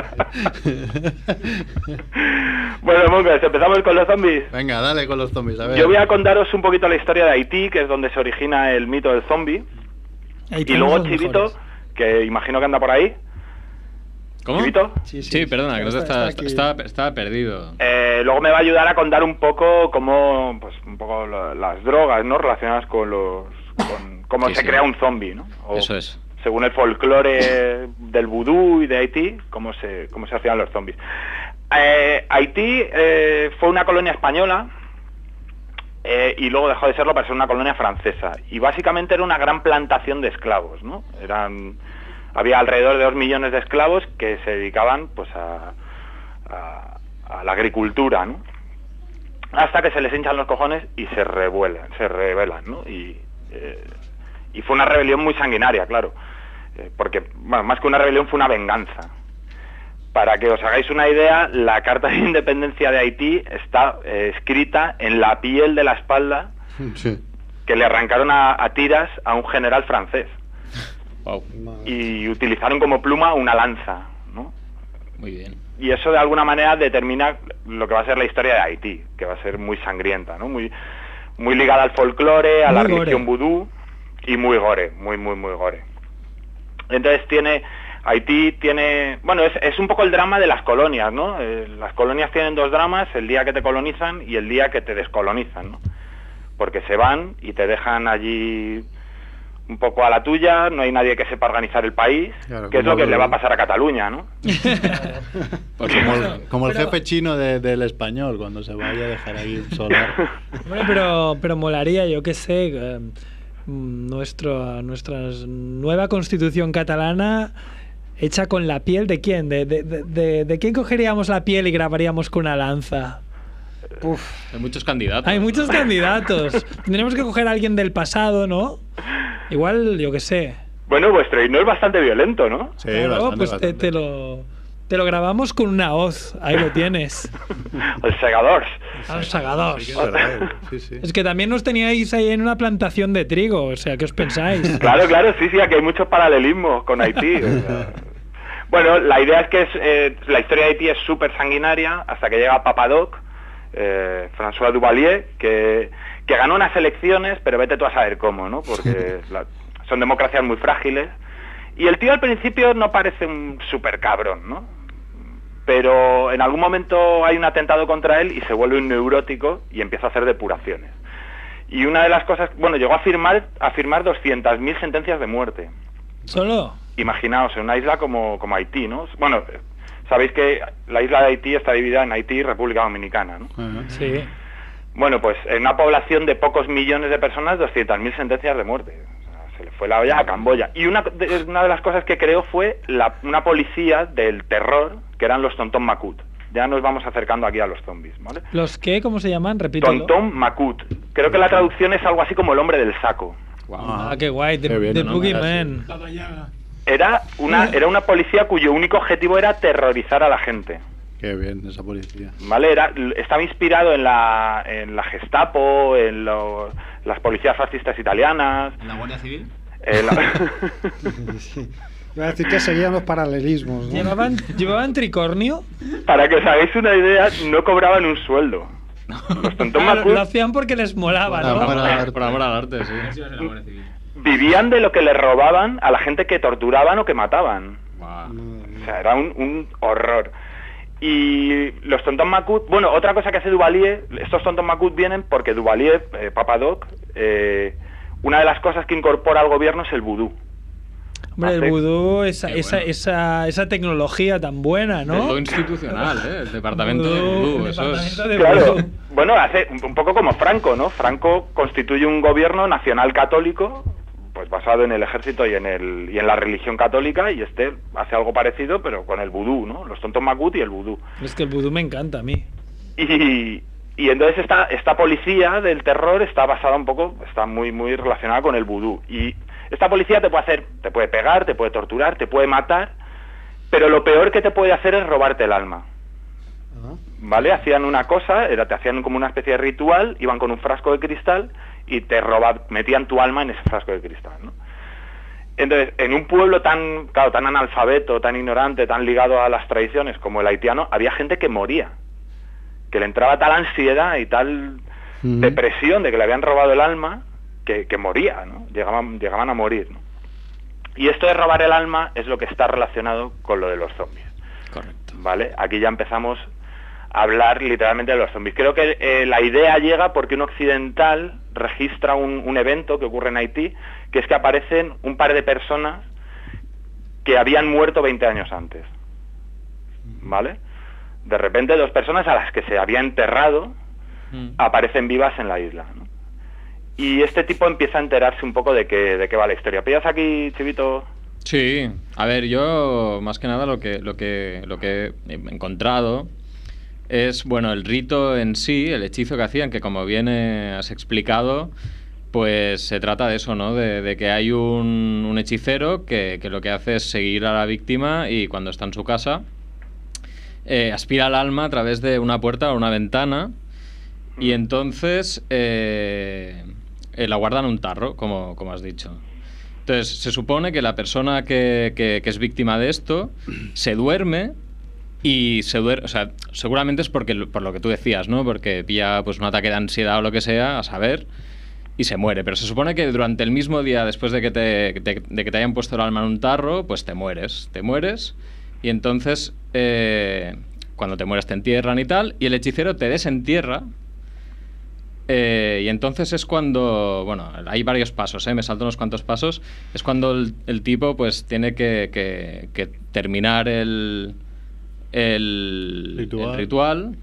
Speaker 10: Bueno, Mongers, empezamos con los zombies.
Speaker 2: Venga, dale con los zombies, a ver.
Speaker 10: Yo voy a contaros un poquito la historia de Haití, que es donde se origina el mito del zombie.
Speaker 1: Ahí
Speaker 10: Y
Speaker 1: tenemos
Speaker 10: luego
Speaker 1: los
Speaker 10: Chivito,
Speaker 1: mejores.
Speaker 10: que imagino que anda por ahí.
Speaker 3: ¿Cómo?
Speaker 10: ¿Chivito?
Speaker 3: Sí, perdona, que no
Speaker 8: está aquí.
Speaker 3: estaba perdido.
Speaker 10: Luego me va a ayudar a contar un poco cómo, pues un poco las drogas, ¿no? Relacionadas con cómo
Speaker 3: Sí,
Speaker 10: se
Speaker 3: sí.
Speaker 10: crea un zombie, ¿no? O,
Speaker 3: Eso es.
Speaker 10: según el folclore del vudú y de Haití, cómo se hacían los zombies. Haití fue una colonia española y luego dejó de serlo para ser una colonia francesa. Y básicamente era una gran plantación de esclavos, ¿no? Había alrededor de 2 millones de esclavos que se dedicaban pues a la agricultura, ¿no? Hasta que se les hinchan los cojones y se rebelan, ¿no? Y fue una rebelión muy sanguinaria, claro. Porque, bueno, más que una rebelión fue una venganza. Para que os hagáis una idea, la Carta de Independencia de Haití está escrita en la piel de la espalda
Speaker 2: Sí.
Speaker 10: que le arrancaron a tiras a un general francés.
Speaker 3: Wow,
Speaker 10: Y utilizaron como pluma una lanza, ¿no?
Speaker 3: muy bien.
Speaker 10: Y eso de alguna manera determina lo que va a ser la historia de Haití, que va a ser muy sangrienta, ¿no? Muy ligada al folclore, a la
Speaker 1: Muy
Speaker 10: religión
Speaker 1: gore.
Speaker 10: vudú y muy gore, muy gore. Entonces Haití tiene, bueno, es un poco el drama de las colonias, ¿no? Las colonias tienen dos dramas, el día que te colonizan y el día que te descolonizan, ¿no? Porque se van y te dejan allí un poco a la tuya, no hay nadie que sepa organizar el país,
Speaker 2: Claro,
Speaker 10: que es
Speaker 2: como
Speaker 10: lo que
Speaker 2: lo-
Speaker 10: le va a pasar a Cataluña, ¿no?
Speaker 2: Como el jefe chino del español, cuando se vaya a dejar ahí solar.
Speaker 1: Hombre, pero molaría, yo qué sé, nuestra nueva constitución catalana hecha con la piel de quién, de quién cogeríamos la piel y grabaríamos con una lanza.
Speaker 3: Hay muchos candidatos.
Speaker 1: Hay muchos candidatos. Tendríamos que coger a alguien del pasado, ¿no? Igual, yo qué sé.
Speaker 10: Bueno, vuestro himno es bastante violento, ¿no?
Speaker 2: Sí,
Speaker 1: Claro,
Speaker 2: bastante,
Speaker 1: pues
Speaker 2: bastante.
Speaker 1: te lo grabamos con una hoz. Ahí lo tienes.
Speaker 10: El segador.
Speaker 1: A los sagados.
Speaker 2: Sí que es verdad, sí, sí.
Speaker 1: Es que también nos teníais ahí en una plantación de trigo, o sea, ¿qué os pensáis?
Speaker 10: Claro, sí, aquí hay muchos paralelismos con Haití. O sea. Bueno, la idea es que la historia de Haití es súper sanguinaria hasta que llega Papadoc, François Duvalier, que ganó unas elecciones, pero vete tú a saber cómo, ¿no? Porque son democracias muy frágiles. Y el tío al principio no parece un súper cabrón, ¿no? Pero en algún momento hay un atentado contra él y se vuelve un neurótico y empieza a hacer depuraciones. Y una de las cosas, bueno, llegó a firmar 200.000 sentencias de muerte.
Speaker 1: ¿Solo?
Speaker 10: Imaginaos, en una isla como Haití, ¿no? Bueno, sabéis que la isla de Haití está dividida en Haití y República Dominicana, ¿no?
Speaker 2: Ajá.
Speaker 1: Sí.
Speaker 10: Bueno, pues en una población de pocos millones de personas, 200.000 sentencias de muerte. O sea, se le fue la olla a Camboya. Y una de las cosas que creó fue una policía del terror, que eran los Tonton Makut. Ya nos vamos acercando aquí a los zombies, ¿vale?
Speaker 1: ¿Los qué? ¿Cómo se llaman? Repítelo.
Speaker 10: Tonton Makut. Creo que la traducción es algo así como el hombre del saco.
Speaker 1: Ah, qué guay.
Speaker 2: Qué bien,
Speaker 1: The
Speaker 2: ¿no?
Speaker 1: Boogeyman.
Speaker 10: Era una policía cuyo único objetivo era terrorizar a la gente.
Speaker 2: Qué bien, esa policía.
Speaker 10: ¿Vale? Estaba inspirado en la Gestapo, en las policías fascistas italianas.
Speaker 6: ¿En la Guardia Civil?
Speaker 10: en la-
Speaker 8: Iba a decir que seguían los paralelismos, ¿no?
Speaker 1: ¿Llevaban tricornio?
Speaker 10: Para que os hagáis una idea, no cobraban un sueldo. Los Tonton Macut
Speaker 1: Lo hacían porque les molaba, ¿no?
Speaker 3: Por amor al arte, sí.
Speaker 10: vivían de lo que les robaban a la gente que torturaban o que mataban. O sea, era un horror. Y los Tonton Macut, bueno, otra cosa que hace Duvalier, estos Tonton Macut vienen porque Duvalier, Papa Doc, una de las cosas que incorpora al gobierno es el vudú.
Speaker 1: Hombre, el vudú, esa tecnología tan buena, ¿no?
Speaker 3: El vudú institucional, el departamento de vudú.
Speaker 10: Claro, bueno, hace un poco como Franco, ¿no? Franco constituye un gobierno nacional católico, pues basado en el ejército y en la religión católica, y hace algo parecido, pero con el vudú, ¿no? Los Tonton Macut y el vudú.
Speaker 1: Es que el vudú me encanta a mí.
Speaker 10: Y entonces esta policía del terror está basada un poco, está muy muy relacionada con el vudú. Y esta policía te puede pegar, te puede torturar, te puede matar, pero lo peor que te puede hacer es robarte el alma. ¿Vale? Hacían una cosa, te hacían como una especie de ritual, iban con un frasco de cristal y metían tu alma en ese frasco de cristal, ¿no? Entonces, en un pueblo tan analfabeto, tan ignorante, tan ligado a las tradiciones como el haitiano, había gente que moría, que le entraba tal ansiedad y tal depresión de que le habían robado el alma, que moría, ¿no? Llegaban a morir, ¿no? Y esto de robar el alma es lo que está relacionado con lo de los zombies.
Speaker 3: Correcto.
Speaker 10: ¿Vale? Aquí ya empezamos a hablar literalmente de los zombies. Creo que la idea llega porque un occidental registra un evento que ocurre en Haití, que es que aparecen un par de personas que habían muerto 20 años antes. ¿Vale? De repente 2 personas a las que se había enterrado aparecen vivas en la isla, ¿no? Y este tipo empieza a enterarse un poco de qué va la historia. ¿Pillas aquí, Chivito?
Speaker 3: Sí, a ver, yo más que nada lo que he encontrado es, bueno, el rito en sí, el hechizo que hacían, que como bien has explicado, pues se trata de eso, ¿no? De que hay un hechicero que lo que hace es seguir a la víctima y cuando está en su casa aspira el alma a través de una puerta o una ventana y entonces la guarda en un tarro, como has dicho. Entonces, se supone que la persona que es víctima de esto se duerme y o sea, seguramente es por lo que tú decías, ¿no? Porque pilla pues un ataque de ansiedad o lo que sea, a saber, y se muere. Pero se supone que durante el mismo día, después de que te hayan puesto el alma en un tarro, pues te mueres, y entonces cuando te mueres te entierran y tal, y el hechicero te desentierra. Y entonces es cuando, bueno, hay varios pasos, me salto unos cuantos pasos, es cuando el tipo pues tiene que terminar el ritual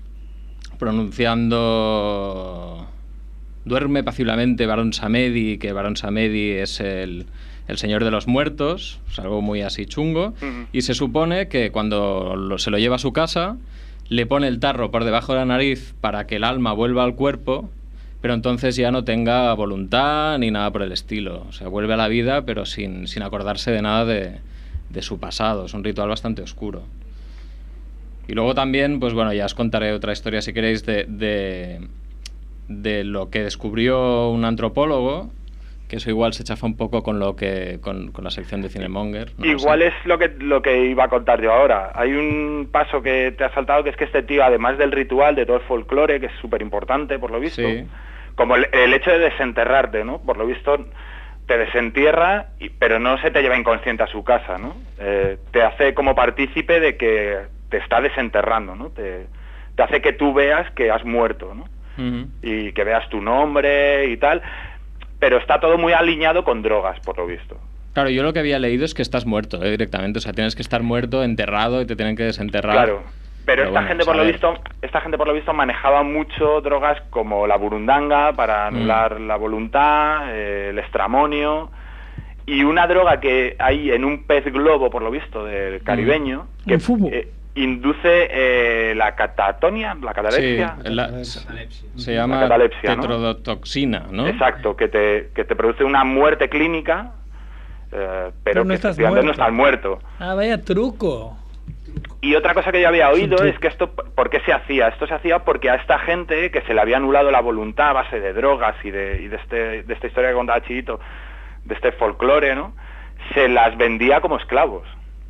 Speaker 3: pronunciando duerme paciblemente Barón Samedi, que Barón Samedi es el señor de los muertos, es algo muy así chungo, y se supone que cuando se lo lleva a su casa le pone el tarro por debajo de la nariz para que el alma vuelva al cuerpo, pero entonces ya no tenga voluntad ni nada por el estilo. O sea, vuelve a la vida, pero sin acordarse de nada de su pasado. Es un ritual bastante oscuro. Y luego también, pues bueno, ya os contaré otra historia si queréis de lo que descubrió un antropólogo, que eso igual se chafa un poco con con la sección de Cinemonger. No
Speaker 10: igual es lo que iba a contar yo ahora. Hay un paso que te ha saltado, que es que este tío, además del ritual, de todo el folclore, que es súper importante, por lo visto, sí, como el hecho de desenterrarte, ¿no? Por lo visto, te desentierra, pero no se te lleva inconsciente a su casa, ¿no? Te hace como partícipe de que te está desenterrando, ¿no? Te hace que tú veas que has muerto, ¿no? Y que veas tu nombre y tal, pero está todo muy alineado con drogas, por lo visto.
Speaker 3: Claro, yo lo que había leído es que estás muerto, directamente, o sea, tienes que estar muerto, enterrado, y te tienen que desenterrar.
Speaker 10: Claro, pero esta gente por lo visto manejaba mucho drogas como la burundanga para anular la voluntad, el estramonio, y una droga que hay en un pez globo, por lo visto, del caribeño, que induce la catatonia, la catalepsia.
Speaker 3: Sí, se llama tetrodotoxina, ¿no?
Speaker 10: Exacto, que te produce una muerte clínica, pero
Speaker 1: no
Speaker 10: que no estás muerto.
Speaker 1: Ah, vaya truco.
Speaker 10: Y otra cosa que yo había oído es que esto, ¿por qué se hacía? Esto se hacía porque a esta gente que se le había anulado la voluntad a base de drogas y de esta historia que contaba Chivito, de este folclore, ¿no? se las vendía como esclavos.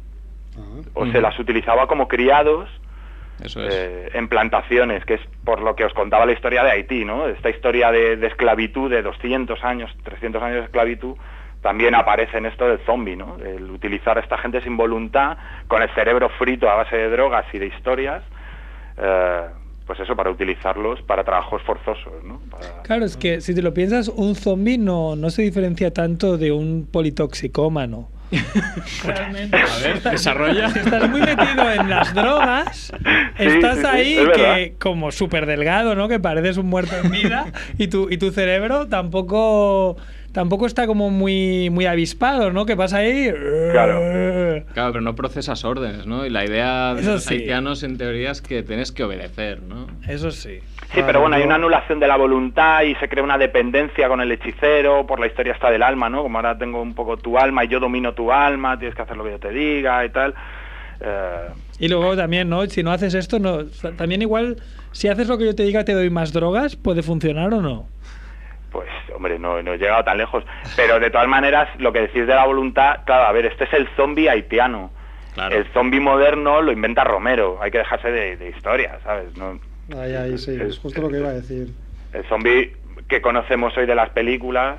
Speaker 10: O se las utilizaba como criados.
Speaker 3: Eso es.
Speaker 10: En plantaciones, que es por lo que os contaba la historia de Haití, ¿no? Esta historia de esclavitud, de 200 años, 300 años de esclavitud, también aparece en esto del zombie, ¿no? El utilizar a esta gente sin voluntad, con el cerebro frito a base de drogas y de historias, pues eso, para utilizarlos para trabajos forzosos, ¿no?
Speaker 1: Claro, es que si te lo piensas, un zombie no se diferencia tanto de un politoxicómano. Realmente.
Speaker 3: A ver, desarrolla.
Speaker 1: Si estás muy metido en las drogas, estás ahí que como súper delgado, ¿no? Que pareces un muerto en vida y tu cerebro tampoco está como muy avispado, ¿no? Que pasa ahí.
Speaker 10: Claro,
Speaker 3: pero no procesas órdenes, ¿no? Y la idea de
Speaker 1: Eso
Speaker 3: los
Speaker 1: sí.
Speaker 3: haitianos en teoría es que tienes que obedecer, ¿no?
Speaker 1: Eso sí.
Speaker 10: Sí, pero bueno, hay una anulación de la voluntad y se crea una dependencia con el hechicero por la historia esta del alma, ¿no? Como ahora tengo un poco tu alma y yo domino tu alma, tienes que hacer lo que yo te diga y tal.
Speaker 1: Y luego también, ¿no? Si no haces esto, no. También igual, si haces lo que yo te diga, te doy más drogas, ¿puede funcionar o no?
Speaker 10: Pues, hombre, no he llegado tan lejos. Pero de todas maneras, lo que decís de la voluntad, claro, a ver, este es el zombie haitiano.
Speaker 3: Claro.
Speaker 10: El zombie moderno lo inventa Romero. Hay que dejarse de historias, ¿sabes? No,
Speaker 8: Ahí, sí, es justo lo que iba a decir.
Speaker 10: el zombie que conocemos hoy de las películas,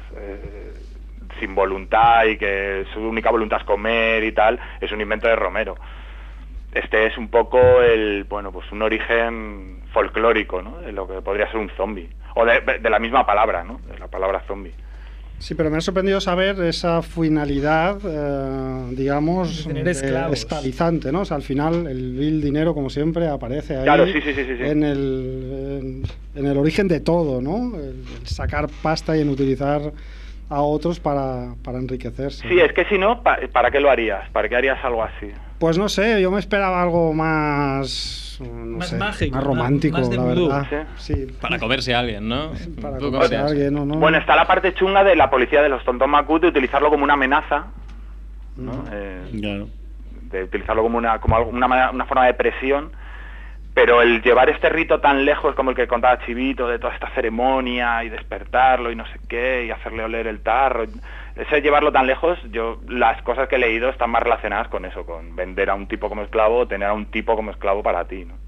Speaker 10: sin voluntad y que su única voluntad es comer y tal, es un invento de Romero. Este es un poco pues un origen folclórico, ¿no? De lo que podría ser un zombie. O de la misma palabra, ¿no? De la palabra zombie.
Speaker 8: Sí, pero me ha sorprendido saber esa finalidad, digamos,
Speaker 1: De tener esclavos.
Speaker 8: esclavizante, ¿no? O sea, al final el dinero, como siempre, aparece ahí
Speaker 10: Claro, sí.
Speaker 8: en el origen de todo, ¿no? El sacar pasta y en utilizar a otros para enriquecerse.
Speaker 10: Sí, es que si no, ¿para qué lo harías? ¿Para qué harías algo así?
Speaker 8: Pues no sé, yo me esperaba algo más... No
Speaker 1: Más
Speaker 8: sé,
Speaker 1: mágico,
Speaker 8: más romántico,
Speaker 1: más de
Speaker 8: la
Speaker 1: vudú.
Speaker 8: verdad. Sí.
Speaker 3: Para comerse a alguien, ¿no?
Speaker 8: Para
Speaker 3: ¿Tú
Speaker 8: comerse a
Speaker 3: cómo
Speaker 8: alguien, ¿no?
Speaker 10: Bueno, está la parte chunga de la policía de los Tontomacut de utilizarlo como una amenaza, ¿no?
Speaker 2: Claro.
Speaker 10: De utilizarlo como una forma de presión, pero el llevar este rito tan lejos como el que contaba Chivito, de toda esta ceremonia y despertarlo y no sé qué, y hacerle oler el tarro, ese llevarlo tan lejos, las cosas que he leído están más relacionadas con eso, con vender a un tipo como esclavo o tener a un tipo como esclavo para ti, ¿no?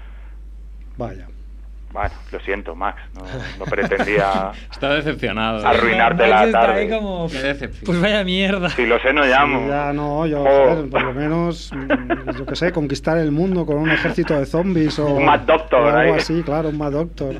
Speaker 8: Vaya.
Speaker 10: Bueno, lo siento, Max, no pretendía
Speaker 3: Está decepcionado.
Speaker 10: arruinarte
Speaker 1: Max
Speaker 10: la
Speaker 1: está
Speaker 10: tarde.
Speaker 1: ahí como,
Speaker 3: Qué decepción.
Speaker 1: pues vaya mierda.
Speaker 10: Si lo sé, no llamo.
Speaker 8: Sí, ya no, yo,
Speaker 10: Oh.
Speaker 8: joder, por lo menos, yo qué sé, conquistar el mundo con un ejército de zombies o,
Speaker 10: Un Mad Doctor
Speaker 8: o algo
Speaker 10: ahí.
Speaker 8: así, claro, un Mad Doctor.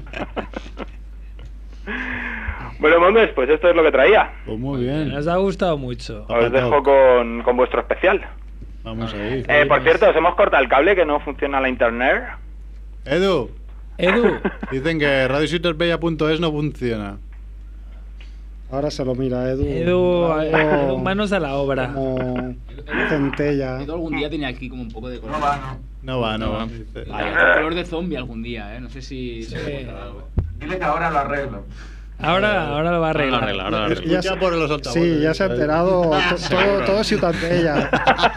Speaker 10: Bueno, Mondes, pues esto es lo que traía.
Speaker 2: Pues muy bien.
Speaker 1: Nos ha gustado mucho.
Speaker 10: Os dejo con vuestro especial.
Speaker 2: Vamos ahí.
Speaker 10: Por cierto, os hemos cortado el cable, que no funciona la internet.
Speaker 2: Edu,
Speaker 1: Edu,
Speaker 2: dicen que radiositersbella.es no funciona.
Speaker 8: Ahora se lo mira Edu.
Speaker 1: Edu, manos a la obra.
Speaker 8: Como centella.
Speaker 6: Edu algún día tenía aquí como un poco de color.
Speaker 2: No va.
Speaker 6: Vaya, color de zombie algún día, ¿eh? No sé si...
Speaker 5: Dile que ahora lo arreglo.
Speaker 1: Ahora lo va a arreglar.
Speaker 3: Ahora lo arreglo.
Speaker 8: Ya
Speaker 2: Escucha
Speaker 8: se-
Speaker 2: por los altavoces.
Speaker 8: Sí, ya se ha enterado. Todo es ciutadella.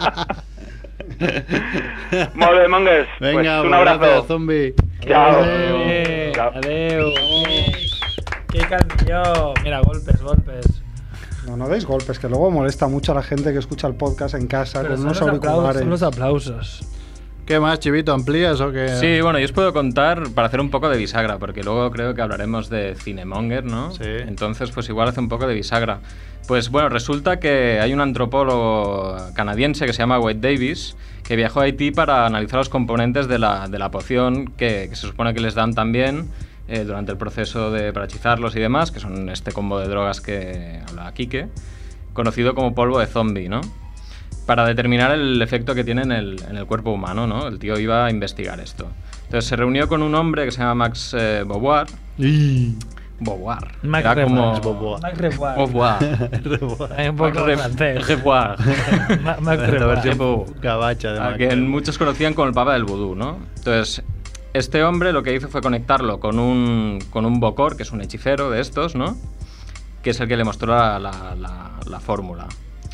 Speaker 10: Molt bé, Mongues.
Speaker 2: Venga,
Speaker 10: pues un
Speaker 2: gracias,
Speaker 10: abrazo.
Speaker 2: zombie.
Speaker 10: Chao. Chao.
Speaker 1: Adeu. Qué canción. Mira, golpes.
Speaker 8: No deis golpes, que luego molesta mucho a la gente que escucha el podcast en casa
Speaker 1: Pero
Speaker 8: con
Speaker 1: son
Speaker 8: unos
Speaker 1: los aplausos,
Speaker 8: auriculares.
Speaker 1: son los aplausos.
Speaker 2: ¿Qué más, Chivito? ¿Amplías o qué?
Speaker 3: Sí, bueno, yo os puedo contar para hacer un poco de bisagra, porque luego creo que hablaremos de Cinemonger, ¿no?
Speaker 2: Sí.
Speaker 3: Entonces, pues igual hace un poco de bisagra. Pues bueno, resulta que hay un antropólogo canadiense que se llama Wade Davis, que viajó a Haití para analizar los componentes de la poción que se supone que les dan también durante el proceso para hechizarlos y demás, que son este combo de drogas que habla Quique, conocido como polvo de zombie, ¿no? Para determinar el efecto que tiene en el cuerpo humano, ¿no? El tío iba a investigar esto. Entonces se reunió con un hombre que se llama Max Beauvoir. Beauvoir.
Speaker 1: Max
Speaker 3: Era como...
Speaker 1: Revoir. Max Revoir.
Speaker 3: Beauvoir.
Speaker 1: Hay un poco
Speaker 3: Max
Speaker 1: francés.
Speaker 3: Revoir.
Speaker 1: Max
Speaker 2: La
Speaker 1: Revoir.
Speaker 2: versión gabacha de
Speaker 3: A
Speaker 2: Mac.
Speaker 3: que muchos conocían como el Papa del Vudú, ¿no? Entonces, este hombre lo que hizo fue conectarlo con un bocor, que es un hechicero de estos, ¿no? Que es el que le mostró la fórmula.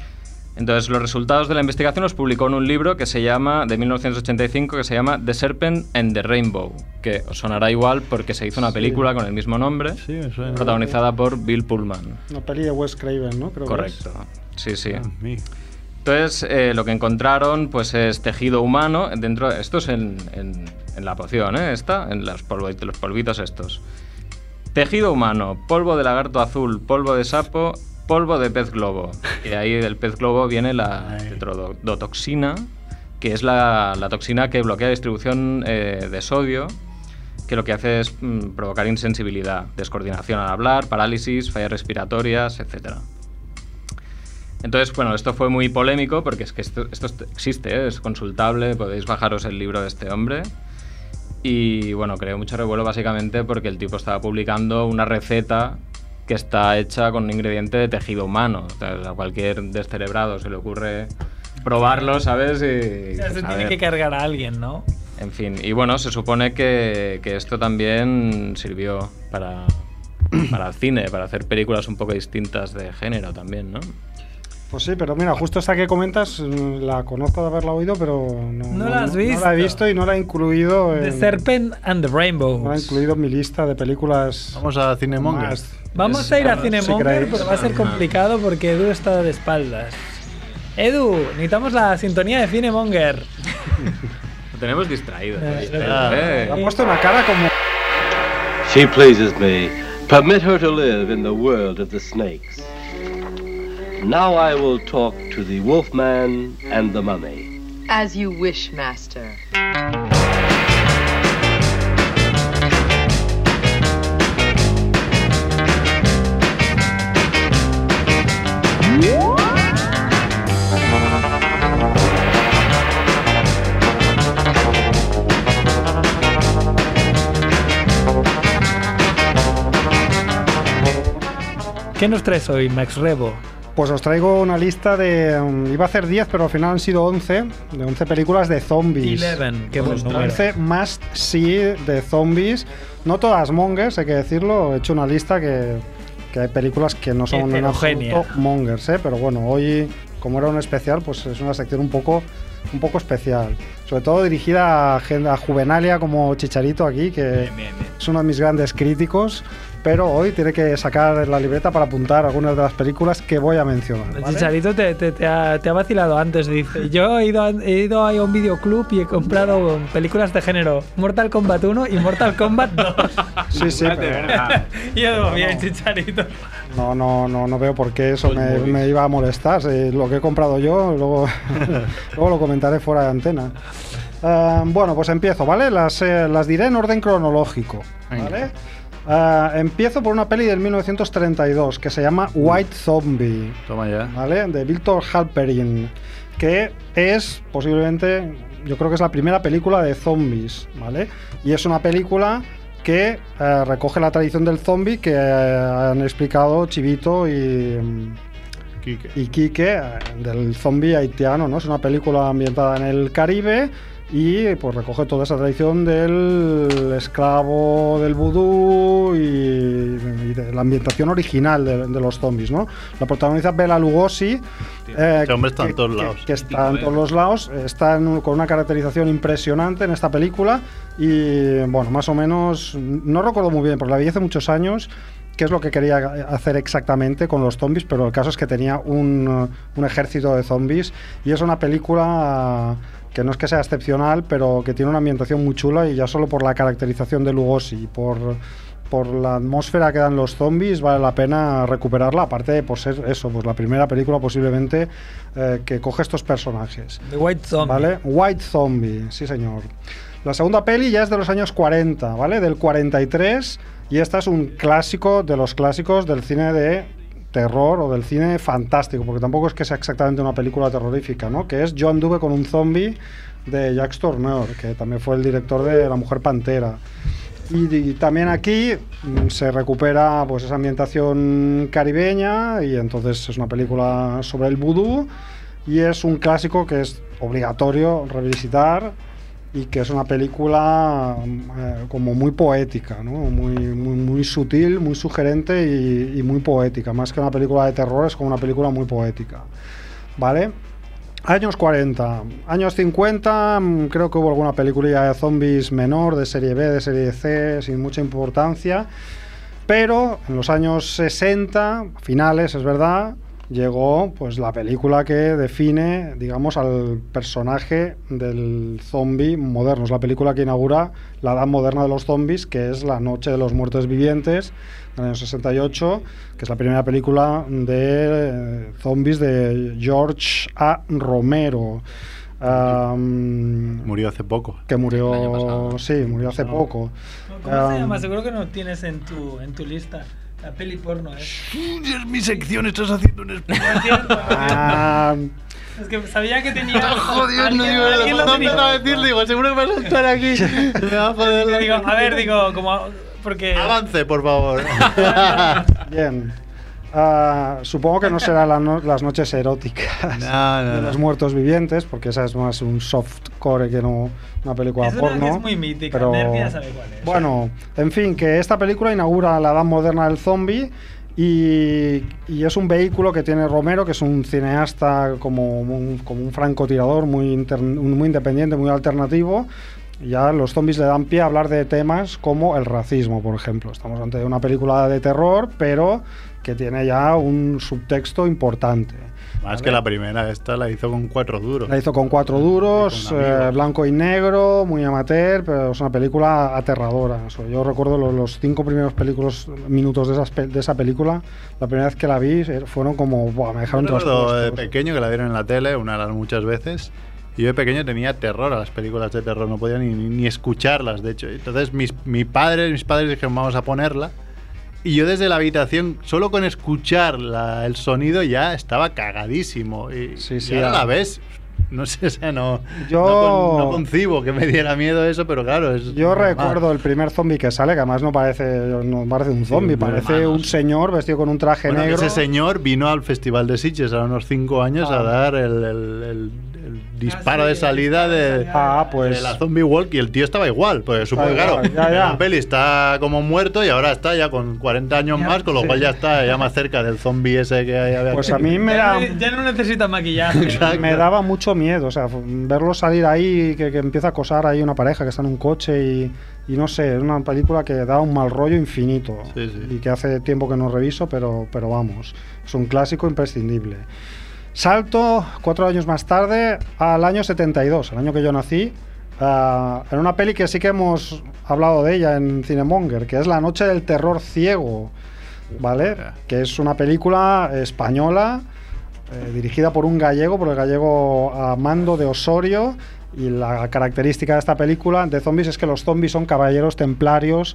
Speaker 3: Entonces, los resultados de la investigación los publicó en un libro que se llama, de 1985, que se llama The Serpent and the Rainbow, que os sonará igual porque se hizo una película con el mismo nombre, protagonizada por Bill Pullman.
Speaker 8: Una peli de Wes Craven, ¿no? Creo
Speaker 3: Correcto. Sí, sí. Entonces, lo que encontraron pues es tejido humano dentro. Esto es en la poción, en los polvitos estos. Tejido humano, polvo de lagarto azul, polvo de sapo, polvo de pez globo. Y de ahí del pez globo viene la tetrodotoxina, que es la toxina que bloquea la distribución de sodio, que lo que hace es provocar insensibilidad, descoordinación al hablar, parálisis, fallas respiratorias, etc. Entonces, bueno, esto fue muy polémico porque es que esto existe, es consultable, podéis bajaros el libro de este hombre. Y bueno, creó mucho revuelo básicamente porque el tipo estaba publicando una receta que está hecha con un ingrediente de tejido humano. O sea, a cualquier descerebrado se le ocurre probarlo, ¿sabes? Y,
Speaker 1: o sea, se tiene que cargar a alguien, ¿no?
Speaker 3: En fin, y bueno, se supone que esto también sirvió para el cine, para hacer películas un poco distintas de género también, ¿no?
Speaker 8: Pues sí, pero mira, justo esta que comentas la conozco de haberla oído, pero
Speaker 1: no la has visto.
Speaker 8: No la he visto y no la he incluido
Speaker 1: The Serpent and the Rainbow.
Speaker 8: No la he incluido en mi lista de películas.
Speaker 2: Vamos a Cinemonger.
Speaker 1: Vamos a ir a Cinemonger, pero va a ser complicado porque Edu está de espaldas. Edu, necesitamos la sintonía de Cinemonger.
Speaker 3: Lo tenemos distraído.
Speaker 8: Ha puesto una cara como...
Speaker 11: She pleases me. Permit her to live in the world of the snakes. Now I will talk to the Wolfman and the Mummy.
Speaker 12: As you wish, Master.
Speaker 1: ¿Qué nos traes hoy, Max Rebo?
Speaker 8: Pues os traigo una lista de... iba a hacer 10, pero al final han sido 11. De 11 películas de zombies.
Speaker 1: 11, qué buen número.
Speaker 8: 11 must see de zombies. No todas mongers, hay que decirlo. He hecho una lista que hay películas que no son en absoluto mongers, pero bueno, hoy, como era un especial, pues es una sección un poco especial. Sobre todo dirigida a Juvenalia como Chicharito aquí, que es uno de mis grandes críticos. Pero hoy tiene que sacar la libreta para apuntar algunas de las películas que voy a mencionar, ¿vale?
Speaker 1: Chicharito te ha vacilado antes, dice. Yo he ido a un videoclub y he comprado películas de género Mortal Kombat 1 y Mortal Kombat 2.
Speaker 8: Sí, pero...
Speaker 1: Y yo digo, bien, Chicharito.
Speaker 8: No veo por qué eso me iba a molestar. Lo que he comprado yo, luego lo comentaré fuera de antena. Bueno, pues empiezo, ¿vale? Las diré en orden cronológico, ¿vale? Empiezo por una peli del 1932 que se llama White Zombie.
Speaker 2: Toma ya.
Speaker 8: ¿Vale? De Victor Halperin, que es posiblemente, yo creo que es la primera película de zombies, ¿vale? Y es una película que recoge la tradición del zombie que han explicado Chivito y Quique del zombie haitiano, ¿no? Es una película ambientada en el Caribe y pues recoge toda esa tradición del esclavo, del vudú y de la ambientación original de los zombies, ¿no? La protagoniza Bela Lugosi,
Speaker 2: este hombre está en todos lados.
Speaker 8: Que está en todos los lados, está con una caracterización impresionante en esta película y bueno, más o menos, no recuerdo muy bien porque la vi hace muchos años qué es lo que quería hacer exactamente con los zombies, pero el caso es que tenía un ejército de zombies y es una película que no es que sea excepcional, pero que tiene una ambientación muy chula y ya solo por la caracterización de Lugosi y por la atmósfera que dan los zombies vale la pena recuperarla, aparte de por ser eso, pues la primera película posiblemente que coge estos personajes.
Speaker 1: The White Zombie.
Speaker 8: ¿Vale? White Zombie, sí señor. La segunda peli ya es de los años 40, ¿vale? Del 43, y esta es un clásico de los clásicos del cine de terror o del cine fantástico, porque tampoco es que sea exactamente una película terrorífica, ¿no? Que es Yo anduve con un zombie de Jacques Tourneur, que también fue el director de La Mujer Pantera. Y también aquí se recupera pues esa ambientación caribeña y entonces es una película sobre el vudú y es un clásico que es obligatorio revisitar y que es una película como muy poética, ¿no? Muy sutil, muy sugerente y muy poética. Más que una película de terror, es como una película muy poética. ¿vale? Años 40. Años 50, creo que hubo alguna peliculilla de zombies menor, de serie B, de serie C, sin mucha importancia. Pero en los años 60, finales, es verdad, llegó pues la película que define, digamos, al personaje del zombie moderno. Es la película que inaugura la edad moderna de los zombies, que es La Noche de los Muertos Vivientes, del año 68, que es la primera película de zombies de George A. Romero.
Speaker 2: Murió hace poco.
Speaker 8: Que murió, sí, murió hace poco.
Speaker 1: ¿Cómo se llama? Seguro que no tienes en tu lista. La peli porno, ¿eh?
Speaker 2: Es mi sección, estás haciendo un spoiler.
Speaker 1: Es que sabía que tenía.
Speaker 2: Joder, no digo, no me va a decir, digo, seguro que vas a estar aquí. Me va a joder.
Speaker 1: Digo, a ver, digo, como. Porque.
Speaker 2: Avance, por favor.
Speaker 8: Bien. Supongo que no serán las noches eróticas de los muertos vivientes, porque esa es más un softcore que no una película
Speaker 1: es
Speaker 8: porno.
Speaker 1: Que es muy mítica,
Speaker 8: pero
Speaker 1: Nervia sabe cuál es.
Speaker 8: Bueno, en fin, que esta película inaugura la edad moderna del zombie y es un vehículo que tiene Romero, que es un cineasta como un francotirador muy independiente, muy alternativo. Ya los zombies le dan pie a hablar de temas como el racismo, por ejemplo. Estamos ante una película de terror, pero que tiene ya un subtexto importante.
Speaker 2: Más que la primera, esta la hizo con 4 duros.
Speaker 8: La hizo con 4 duros, blanco y negro, muy amateur, pero es una película aterradora. Yo recuerdo los 5 primeros minutos de esa película, la primera vez que la vi fueron como, ¡buah!, me dejaron traspuestos.
Speaker 2: De pequeño, que la dieron en la tele, una de las muchas veces. Y yo de pequeño tenía terror a las películas de terror, no podía ni escucharlas, de hecho. Entonces mis padres dijeron, vamos a ponerla. Y yo desde la habitación, solo con escuchar el sonido ya estaba cagadísimo. Y ahora la ves, no sé, o sea, no concibo que me diera miedo eso, pero claro, es
Speaker 8: yo
Speaker 2: normal.
Speaker 8: Recuerdo el primer zombie que sale, que además no parece un zombie, parece un señor vestido con un traje negro.
Speaker 2: Ese señor vino al Festival de Sitges a unos 5 años a dar el disparo de salida de la Zombie Walk, y el tío estaba igual, porque supongo que claro, la peli está como muerto y ahora está ya con 40 años más, con lo cual ya está ya más cerca del zombie ese que había.
Speaker 8: Pues a mí
Speaker 1: ya no necesita maquillaje.
Speaker 8: Me daba mucho miedo, o sea, verlo salir ahí, que empieza a acosar ahí una pareja que está en un coche y no sé, es una película que da un mal rollo infinito. Y que hace tiempo que no reviso, pero vamos, es un clásico imprescindible. Salto 4 años más tarde al año 72, el año que yo nací, en una peli que sí que hemos hablado de ella en Cinemonger, que es La Noche del Terror Ciego, ¿vale? Que es una película española dirigida por un gallego, por el gallego Armando de Osorio. Y la característica de esta película de zombies es que los zombies son caballeros templarios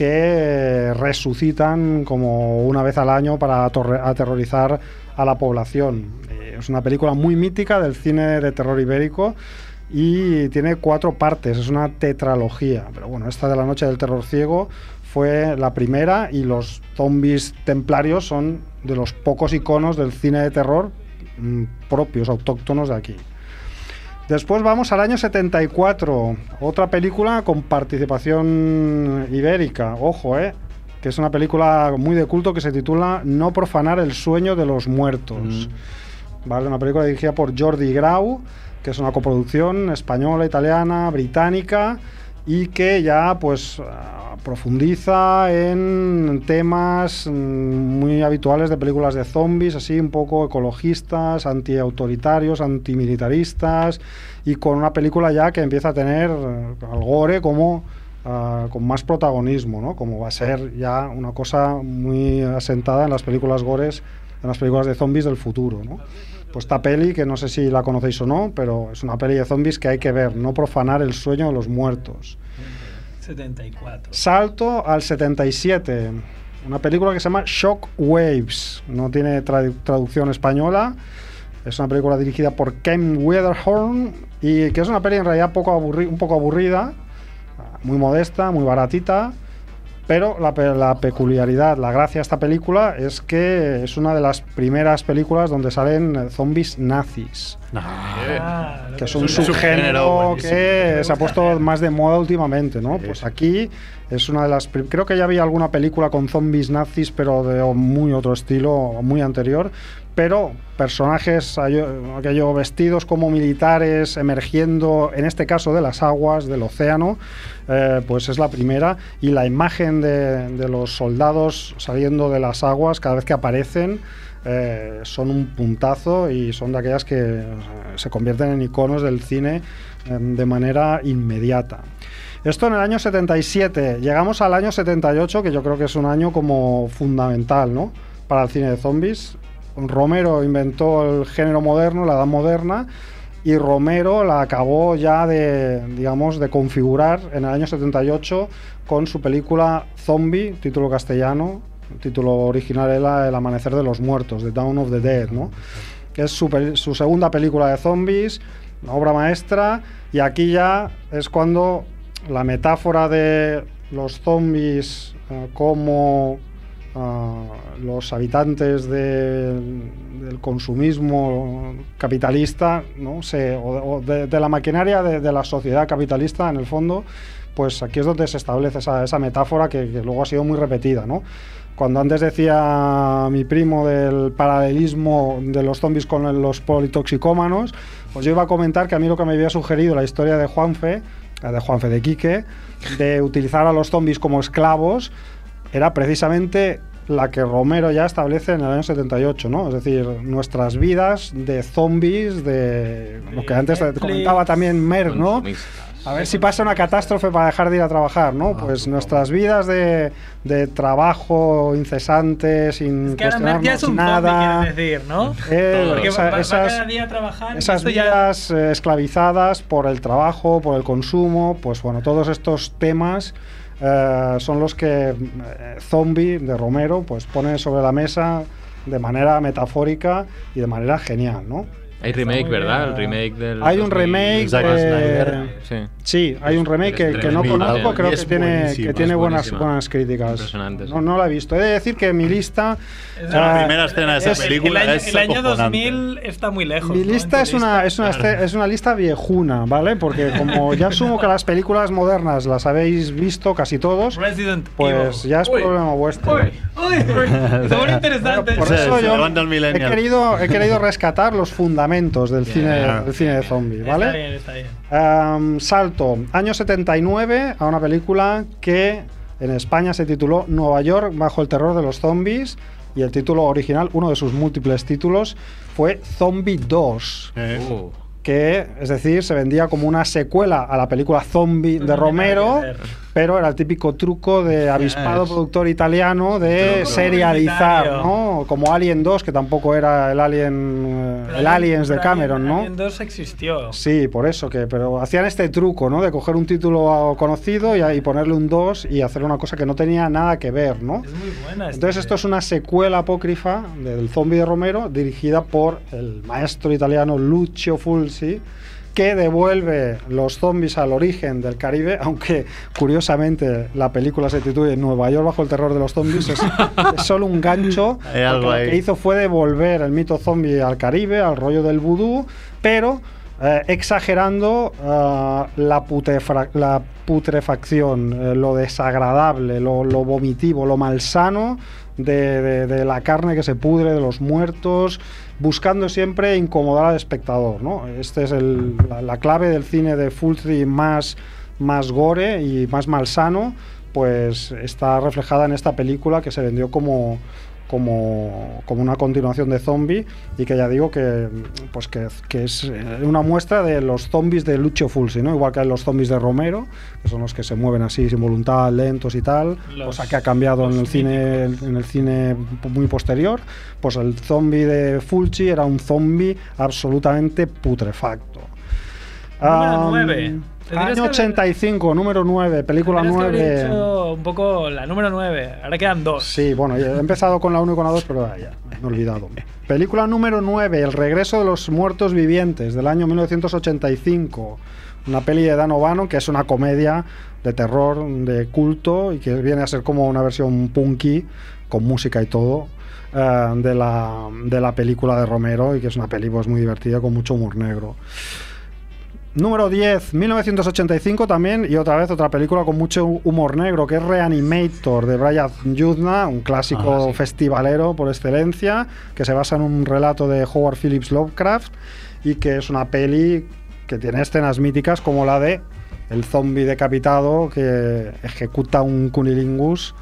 Speaker 8: que resucitan como una vez al año para aterrorizar a la población. Es una película muy mítica del cine de terror ibérico y tiene 4 partes, es una tetralogía. Pero bueno, esta de La Noche del Terror Ciego fue la primera, y los zombies templarios son de los pocos iconos del cine de terror propios, autóctonos de aquí. Después vamos al año 74, otra película con participación ibérica, ojo, que es una película muy de culto que se titula No profanar el sueño de los muertos. ¿Vale? Una película dirigida por Jordi Grau, que es una coproducción española, italiana, británica, y que ya pues profundiza en temas muy habituales de películas de zombies, así un poco ecologistas, antiautoritarios, antimilitaristas, y con una película ya que empieza a tener al gore como con más protagonismo, ¿no? Como va a ser ya una cosa muy asentada en las películas gores, en las películas de zombies del futuro, ¿no? Pues esta peli, que no sé si la conocéis o no, pero es una peli de zombies que hay que ver, No profanar el sueño de los muertos.
Speaker 1: 74.
Speaker 8: Salto al 77, una película que se llama Shock Waves, no tiene traducción española, es una película dirigida por Ken Weatherhorn, y que es una peli en realidad un poco aburrida, muy modesta, muy baratita. Pero la peculiaridad, la gracia de esta película es que es una de las primeras películas donde salen zombies nazis. Que es un subgénero que se ha puesto más de moda últimamente, ¿no? Pues aquí es una de las... Creo que ya había alguna película con zombies nazis, pero de muy otro estilo, muy anterior. pero personajes aquello vestidos como militares emergiendo, en este caso de las aguas del océano, pues es la primera, y la imagen de los soldados saliendo de las aguas cada vez que aparecen son un puntazo y son de aquellas que se convierten en iconos del cine de manera inmediata. Esto en el año 77. Llegamos al año 78, que yo creo que es un año como fundamental, ¿no?, para el cine de zombies. Romero inventó el género moderno, la edad moderna, y Romero la acabó ya de configurar en el año 78 con su película Zombie, título castellano. El título original era El amanecer de los muertos, The Dawn of the Dead, ¿no? Que es su segunda película de zombies, una obra maestra, y aquí ya es cuando la metáfora de los zombies como los habitantes del consumismo capitalista, ¿no?, de la maquinaria de la sociedad capitalista, en el fondo, pues aquí es donde se establece esa metáfora que luego ha sido muy repetida, ¿no? Cuando antes decía mi primo del paralelismo de los zombies con los politoxicómanos, pues yo iba a comentar que a mí lo que me había sugerido la historia de Juanfe de Quique, de utilizar a los zombies como esclavos, era precisamente la que Romero ya establece en el año 78, ¿no? Es decir, nuestras vidas de zombies, de lo que antes comentaba también Merck, ¿no? A ver si pasa una catástrofe para dejar de ir a trabajar, ¿no? Pues nuestras vidas de trabajo incesante, sin cuestionarnos
Speaker 1: ya es un
Speaker 8: nada.
Speaker 1: Zombie, quieres decir, ¿no? Porque va cada día a trabajar.
Speaker 8: Esas vidas esclavizadas por el trabajo, por el consumo, pues bueno, todos estos temas son los que Zombie de Romero pues pone sobre la mesa de manera metafórica y de manera genial, ¿no?
Speaker 3: Hay remake, ¿verdad? El remake del...
Speaker 8: Hay un remake sí, hay un remake que no conozco, creo que tiene buenas críticas.
Speaker 3: Impresionantes.
Speaker 8: No la he visto. He de decir que mi lista...
Speaker 2: la primera escena de esa película
Speaker 1: el año 2000 está muy lejos.
Speaker 8: Mi lista es una lista viejuna, ¿vale? Porque como ya asumo que las películas modernas las habéis visto casi todos, pues ya es problema vuestro.
Speaker 1: Es muy interesante.
Speaker 8: Por eso yo he querido rescatar los fundamentos del cine de zombie, ¿vale?
Speaker 1: Está bien.
Speaker 8: Salto año 79 a una película que en España se tituló Nueva York bajo el terror de los zombies, y el título original, uno de sus múltiples títulos, fue Zombie 2. Que, es decir, se vendía como una secuela a la película Zombie de Romero, pero era el típico truco de avispado productor italiano de serializar, ¿no? Como Alien 2, que tampoco era el Aliens de Cameron, ¿no?
Speaker 1: Alien 2 existió.
Speaker 8: Sí, por eso, pero hacían este truco, ¿no? De coger un título conocido y ponerle un 2 y hacer una cosa que no tenía nada que ver, ¿no?
Speaker 1: Es muy buena.
Speaker 8: Entonces esto es una secuela apócrifa del Zombie de Romero, dirigida por el maestro italiano Lucio Fulci, que devuelve los zombies al origen del Caribe, aunque curiosamente la película se titula Nueva York bajo el terror de los zombies. Es solo un gancho. Lo que hizo fue devolver el mito zombie al Caribe, al rollo del vudú, pero exagerando la putrefacción, lo desagradable, lo vomitivo, lo malsano de la carne que se pudre, de los muertos, buscando siempre incomodar al espectador, ¿no? Este es la clave del cine de Fulci más gore y más malsano, pues está reflejada en esta película que se vendió como una continuación de Zombie, y que ya digo que es una muestra de los zombies de Lucio Fulci, ¿no? Igual que los zombies de Romero, que son los que se mueven así sin voluntad, lentos y tal, cosa que ha cambiado en el cine muy posterior. Pues el zombie de Fulci era un zombie absolutamente putrefacto.
Speaker 1: Número 9.
Speaker 8: Año 85, número 9, película 9.
Speaker 1: He dicho un poco la número 9, ahora quedan 2.
Speaker 8: Sí, bueno, he empezado con la 1 y con la 2, pero ya, me he olvidado. Película número 9, El regreso de los muertos vivientes, del año 1985. Una peli de Dan O'Bannon, que es una comedia de terror, de culto, y que viene a ser como una versión punky, con música y todo, de la película de Romero, y que es una peli pues muy divertida, con mucho humor negro. Número 10, 1985 también, y otra vez otra película con mucho humor negro, que es Reanimator, de Brian Yuzna, un clásico festivalero por excelencia, que se basa en un relato de Howard Phillips Lovecraft, y que es una peli que tiene escenas míticas como la de el zombie decapitado que ejecuta un cunilingus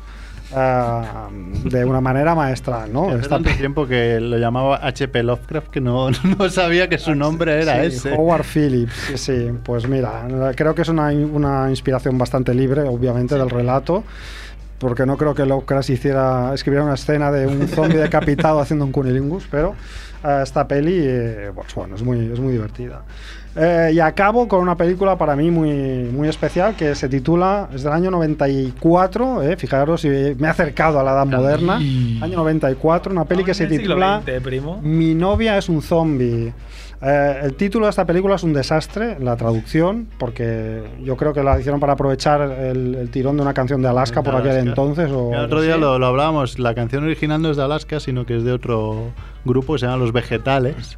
Speaker 8: de una manera magistral, ¿no?
Speaker 2: Hace tanto tiempo que lo llamaba H.P. Lovecraft que no sabía que su nombre era ese.
Speaker 8: Howard Phillips, sí. Pues mira, creo que es una inspiración bastante libre, obviamente, del relato, porque no creo que Lovecraft escribiera una escena de un zombie decapitado haciendo un cunilingus, pero esta peli, pues bueno, es muy divertida. Y acabo con una película para mí muy especial que se titula, es del año 94, fijaros si me he acercado a la edad moderna, año 94, una peli que se titula Mi novia es un zombie. El título de esta película es un desastre, la traducción, porque yo creo que la hicieron para aprovechar el tirón de una canción de Alaska por aquel entonces. El
Speaker 2: otro día lo hablábamos, la canción original no es de Alaska, sino que es de otro grupo que se llama Los Vegetales.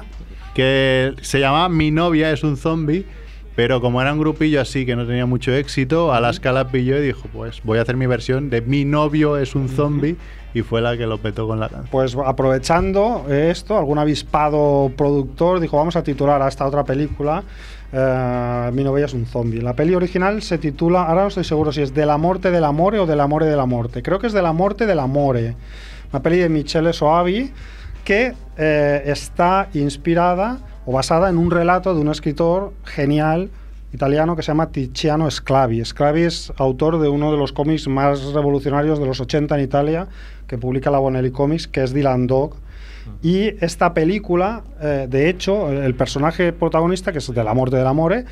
Speaker 2: Que se llamaba Mi novia es un zombie, pero como era un grupillo así que no tenía mucho éxito, Alaska la pilló y dijo, pues voy a hacer mi versión de Mi novio es un zombie, y fue la que lo petó con la canción.
Speaker 8: Pues aprovechando esto, algún avispado productor dijo, vamos a titular a esta otra película Mi novia es un zombie. La peli original se titula, ahora no estoy seguro si es De la morte del amore o De l'amore de la morte, creo que es De la morte del amore, una peli de Michele Soavi que está inspirada o basada en un relato de un escritor genial italiano que se llama Tiziano Sclavi. Sclavi es autor de uno de los cómics más revolucionarios de los 80 en Italia, que publica la Bonelli Comics, que es Dylan Dog. Y esta película, de hecho, el personaje protagonista, que es De la morte del amore,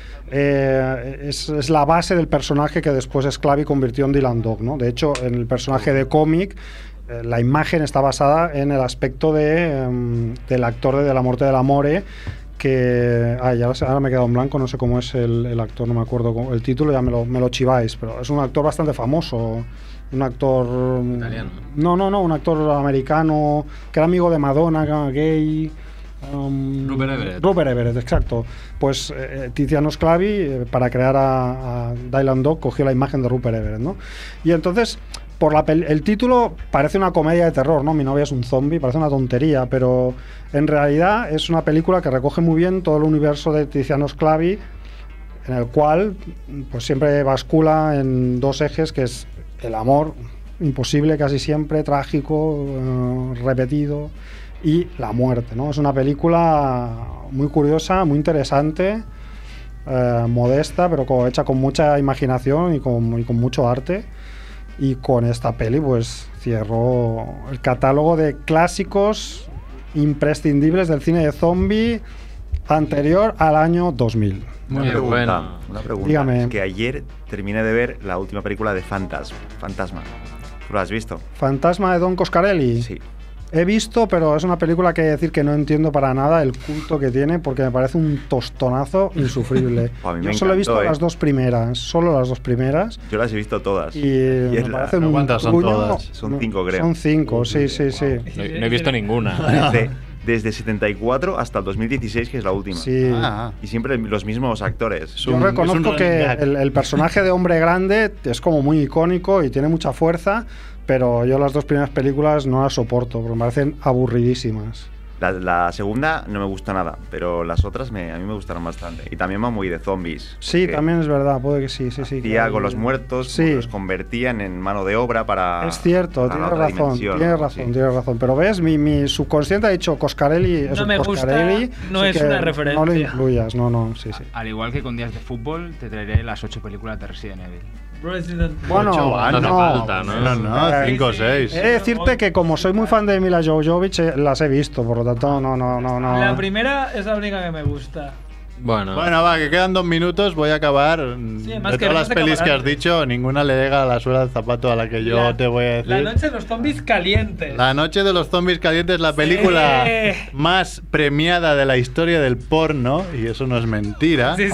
Speaker 8: es la base del personaje que después Sclavi convirtió en Dylan Dog, ¿no? De hecho, en el personaje de cómic, la imagen está basada en el aspecto del actor de La morte del amore, que ahora me he quedado en blanco, no sé cómo es el actor, no me acuerdo el título, ya me lo chiváis, pero es un actor bastante famoso, un actor
Speaker 3: italiano.
Speaker 8: No, un actor americano que era amigo de Madonna, gay. Rupert Everett, exacto. Pues Tiziano Sclavi, para crear a Dylan Dog, cogió la imagen de Rupert Everett, ¿no? Y entonces, el título parece una comedia de terror, ¿no? Mi novia es un zombie, parece una tontería, pero en realidad es una película que recoge muy bien todo el universo de Tiziano Sclavi, en el cual pues siempre bascula en dos ejes, que es el amor, imposible casi siempre, trágico, repetido, y la muerte, ¿no? Es una película muy curiosa, muy interesante, modesta, pero hecha con mucha imaginación y con mucho arte. Y con esta peli pues cierro el catálogo de clásicos imprescindibles del cine de zombie anterior al año 2000.
Speaker 4: Una pregunta.
Speaker 8: Dígame.
Speaker 4: Es que ayer terminé de ver la última película de Fantasma. ¿Tú la has visto?
Speaker 8: ¿Fantasma de Don Coscarelli?
Speaker 4: Sí.
Speaker 8: He visto, pero es una película que he de decir que no entiendo para nada el culto que tiene, porque me parece un tostonazo insufrible. Yo solo he visto las dos primeras, solo las dos primeras.
Speaker 4: Yo las he visto todas.
Speaker 8: Y me parecen un
Speaker 2: ¿Cuántas son todas?
Speaker 4: Son 5, creo.
Speaker 8: Son 5, sí.
Speaker 3: No he visto ninguna.
Speaker 4: Desde 74 hasta el 2016, que es la última.
Speaker 8: Sí.
Speaker 4: Y siempre los mismos actores.
Speaker 8: Yo reconozco que el personaje de hombre grande es como muy icónico y tiene mucha fuerza, pero yo las dos primeras películas no las soporto, porque me parecen aburridísimas.
Speaker 4: La segunda no me gusta nada, pero las otras a mí me gustaron bastante. Y también va muy de zombies.
Speaker 8: Sí, también es verdad, puede que sí.
Speaker 4: Hacía con los muertos, los convertían en mano de obra para...
Speaker 8: Es cierto, tienes razón. Pero ves, mi subconsciente ha dicho Coscarelli es
Speaker 1: no
Speaker 8: un
Speaker 1: me
Speaker 8: Coscarelli.
Speaker 1: Gusta, no es una referencia.
Speaker 8: No lo incluyas, sí.
Speaker 6: Al igual que con días de fútbol, te traeré las 8 películas de Resident Evil.
Speaker 8: Bueno,
Speaker 3: no,
Speaker 2: 5 o 6.
Speaker 8: He de decirte que como soy muy fan de Mila Jovovich, las he visto, por lo tanto, no.
Speaker 1: La primera es la única que me gusta.
Speaker 3: Bueno,
Speaker 2: va, que quedan 2 minutos, voy a acabar. De todas las pelis que has dicho, ninguna le llega a la suela del zapato a la que yo te voy a decir.
Speaker 1: La noche de los zombies calientes.
Speaker 2: La noche de los zombies calientes, la película más premiada de la historia del porno, y eso no es mentira.
Speaker 1: Sí,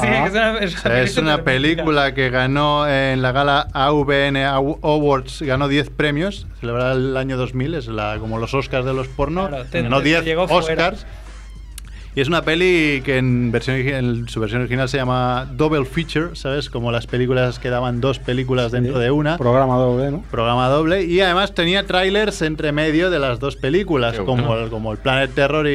Speaker 2: es una película que ganó en la gala AVN Awards, ganó 10 premios, celebrada el año 2000, es como los Oscars de los pornos, ganó 10 Oscars. Y es una peli que en su versión original se llama Double Feature, ¿sabes? Como las películas que daban 2 películas dentro de una.
Speaker 8: Programa doble, ¿no?
Speaker 2: Programa doble. Y además tenía trailers entre medio de las 2 películas, como el Planet Terror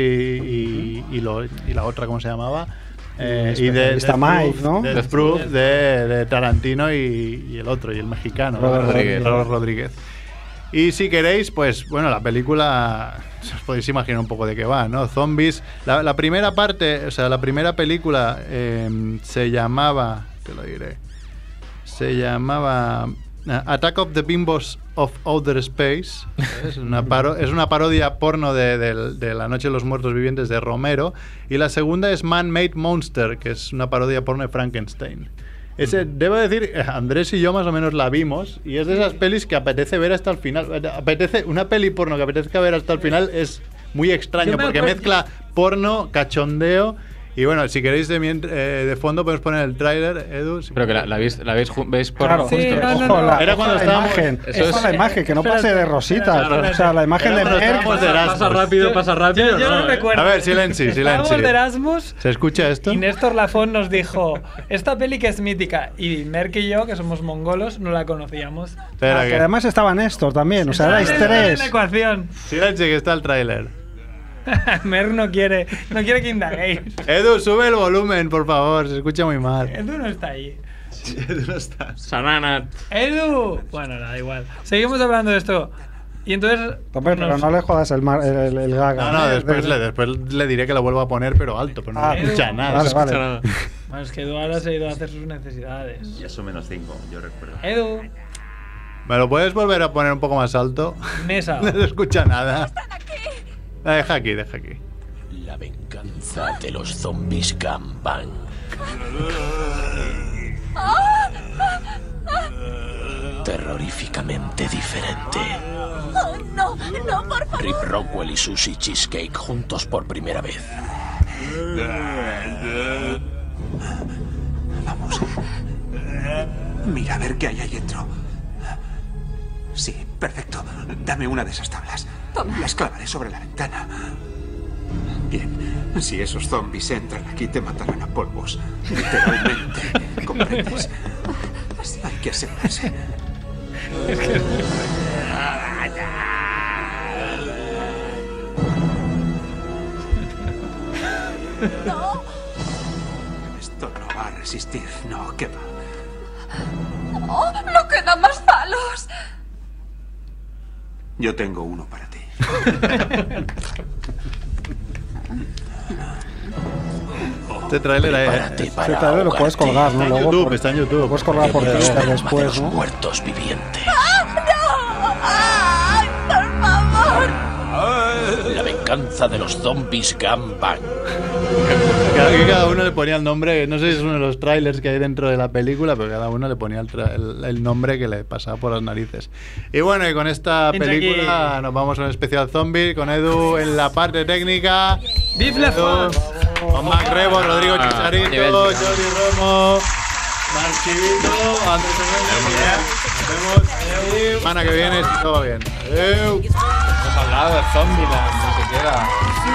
Speaker 2: y la otra, ¿cómo se llamaba? Y de
Speaker 8: Death Proof, ¿no?
Speaker 2: Death Proof de Tarantino y el otro, y el mexicano, Robert Rodríguez. Y si queréis, pues bueno, la película, os podéis imaginar un poco de qué va, ¿no? Zombies. La primera parte, o sea, la primera película se llamaba, te lo diré, se llamaba Attack of the Bimbos of Outer Space. Es una parodia porno de La Noche de los Muertos Vivientes de Romero. Y la segunda es Man-Made Monster, que es una parodia porno de Frankenstein. Debo decir, Andrés y yo más o menos la vimos, y es de esas pelis que apetece ver hasta el final. Una peli porno que apetezca ver hasta el final es muy extraño, porque mezcla porno, cachondeo. Y bueno, si queréis de fondo podemos poner el tráiler, Edu.
Speaker 3: Pero que veis por
Speaker 8: claro,
Speaker 3: no.
Speaker 2: Era cuando estábamos...
Speaker 8: la imagen, que no pase de rositas. Claro. O sea, la imagen de Merck...
Speaker 3: Pasa rápido.
Speaker 1: Yo no recuerdo.
Speaker 2: A ver, silencio.
Speaker 1: Estábamos de Erasmus.
Speaker 2: ¿Se escucha esto?
Speaker 1: Y Néstor Lafont nos dijo, esta peli que es mítica. Y Merck y yo, que somos mongolos, no la conocíamos.
Speaker 8: Que además estaba Néstor también, o sea, erais 3.
Speaker 1: Ecuación.
Speaker 2: Silencio, que está el tráiler.
Speaker 1: Mer no quiere que indaguéis.
Speaker 2: Edu, sube el volumen, por favor, se escucha muy mal.
Speaker 1: Edu no está ahí.
Speaker 2: Sí, Edu no está.
Speaker 3: Sanana.
Speaker 1: Edu. Bueno, da igual. Seguimos hablando de esto. Y entonces...
Speaker 8: Hombre, pero no le jodas el gaga.
Speaker 2: No, después le diré que lo vuelva a poner, pero alto, pero no escucha nada.
Speaker 8: Vale.
Speaker 1: Bueno, es que Edu ahora se ha ido a hacer sus necesidades.
Speaker 4: Y eso -5, yo recuerdo.
Speaker 1: Edu.
Speaker 2: ¿Me lo puedes volver a poner un poco más alto?
Speaker 1: Mesa.
Speaker 2: No se escucha nada. Deja aquí.
Speaker 13: La venganza de los zombies Gangbang. Terroríficamente diferente.
Speaker 14: Oh, no, por favor.
Speaker 13: Rip Rockwell y Susie Cheesecake juntos por primera vez.
Speaker 15: Vamos. Mira a ver qué hay ahí dentro. Sí, perfecto. Dame una de esas tablas. Las clavaré sobre la ventana. Bien, si esos zombies entran aquí te matarán a polvos. Literalmente. ¿Comprendes? Hay que asegurarse.
Speaker 14: No.
Speaker 15: Esto no va a resistir. No, ¿qué va?
Speaker 14: No quedan más palos.
Speaker 15: Yo tengo uno para ti.
Speaker 2: Este tráiler
Speaker 8: lo puedes colgar, ¿no? Luego
Speaker 2: está en YouTube.
Speaker 8: Lo puedes colgar por Twitter después, ¿no?
Speaker 13: Muertos vivientes.
Speaker 14: ¡No! ¡Ay, por favor!
Speaker 13: La venganza de los zombies Gangbang.
Speaker 2: Cada uno le ponía el nombre, no sé si es uno de los trailers que hay dentro de la película, pero cada uno le ponía el nombre que le pasaba por las narices. Y bueno, y con esta película nos vamos a un especial zombie con Edu en la parte técnica. Con Mac Rebo, Rodrigo Chicharito, Jordi Romo, Marchivito, Andrés Hernández. Nos vemos semana que viene si todo va bien.
Speaker 3: Hemos hablado de Zombieland, ni siquiera.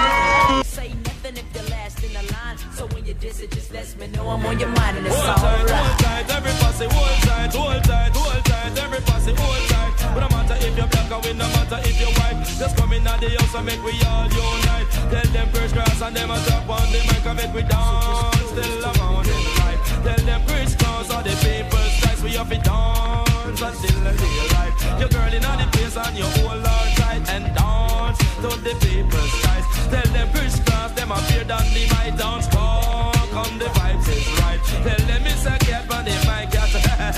Speaker 16: I'm on your mind and it's alright. Hold tight, every pussy, hold tight, hold tight, hold tight, every pussy, hold tight. But no matter if you're black or no matter if you're white, just come in at the house and make we all unite. Tell them first class and them a top on the mic and make we dance till the morning light. Tell them crisscross all the people's ties, we have to dance until the daylight. Your girl in all the place and you hold on tight and dance to the people's ties. Tell them crisscross, them appear on the mic, dance on the vibes is right. Tell them it's a cat on the mic, cat.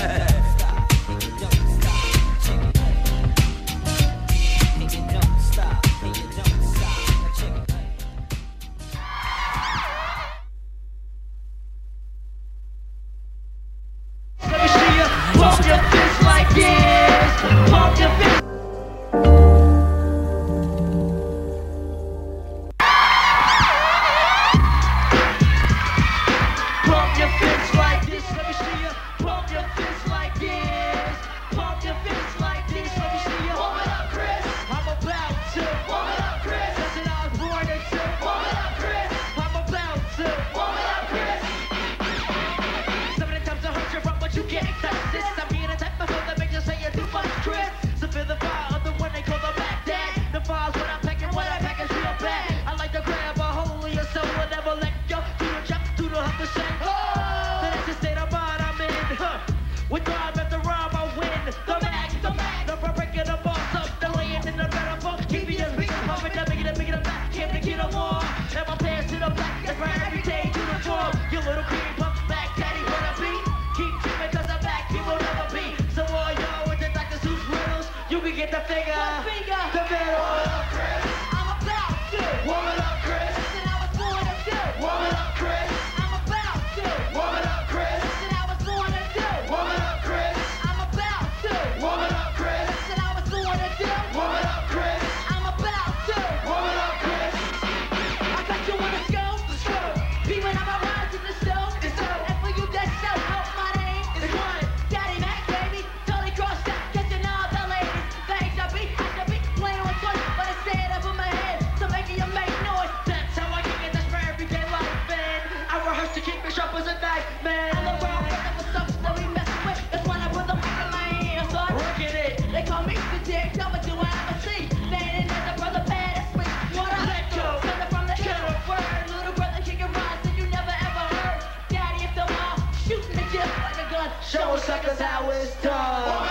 Speaker 16: Let me see you pump your fist like this. Pump your fist.
Speaker 14: was a nightmare. I'm the wrong person for something that we messing with. That's when I put the mic in my hand, start working it. They call me the dick, tell me do I ever see. Standing as a brother, bad as me. What I let go, coming from the killer word. Little brother, kick your rhymes that you never ever heard. Daddy, if the mom shooting the gift like a gun, show suckers how it's done.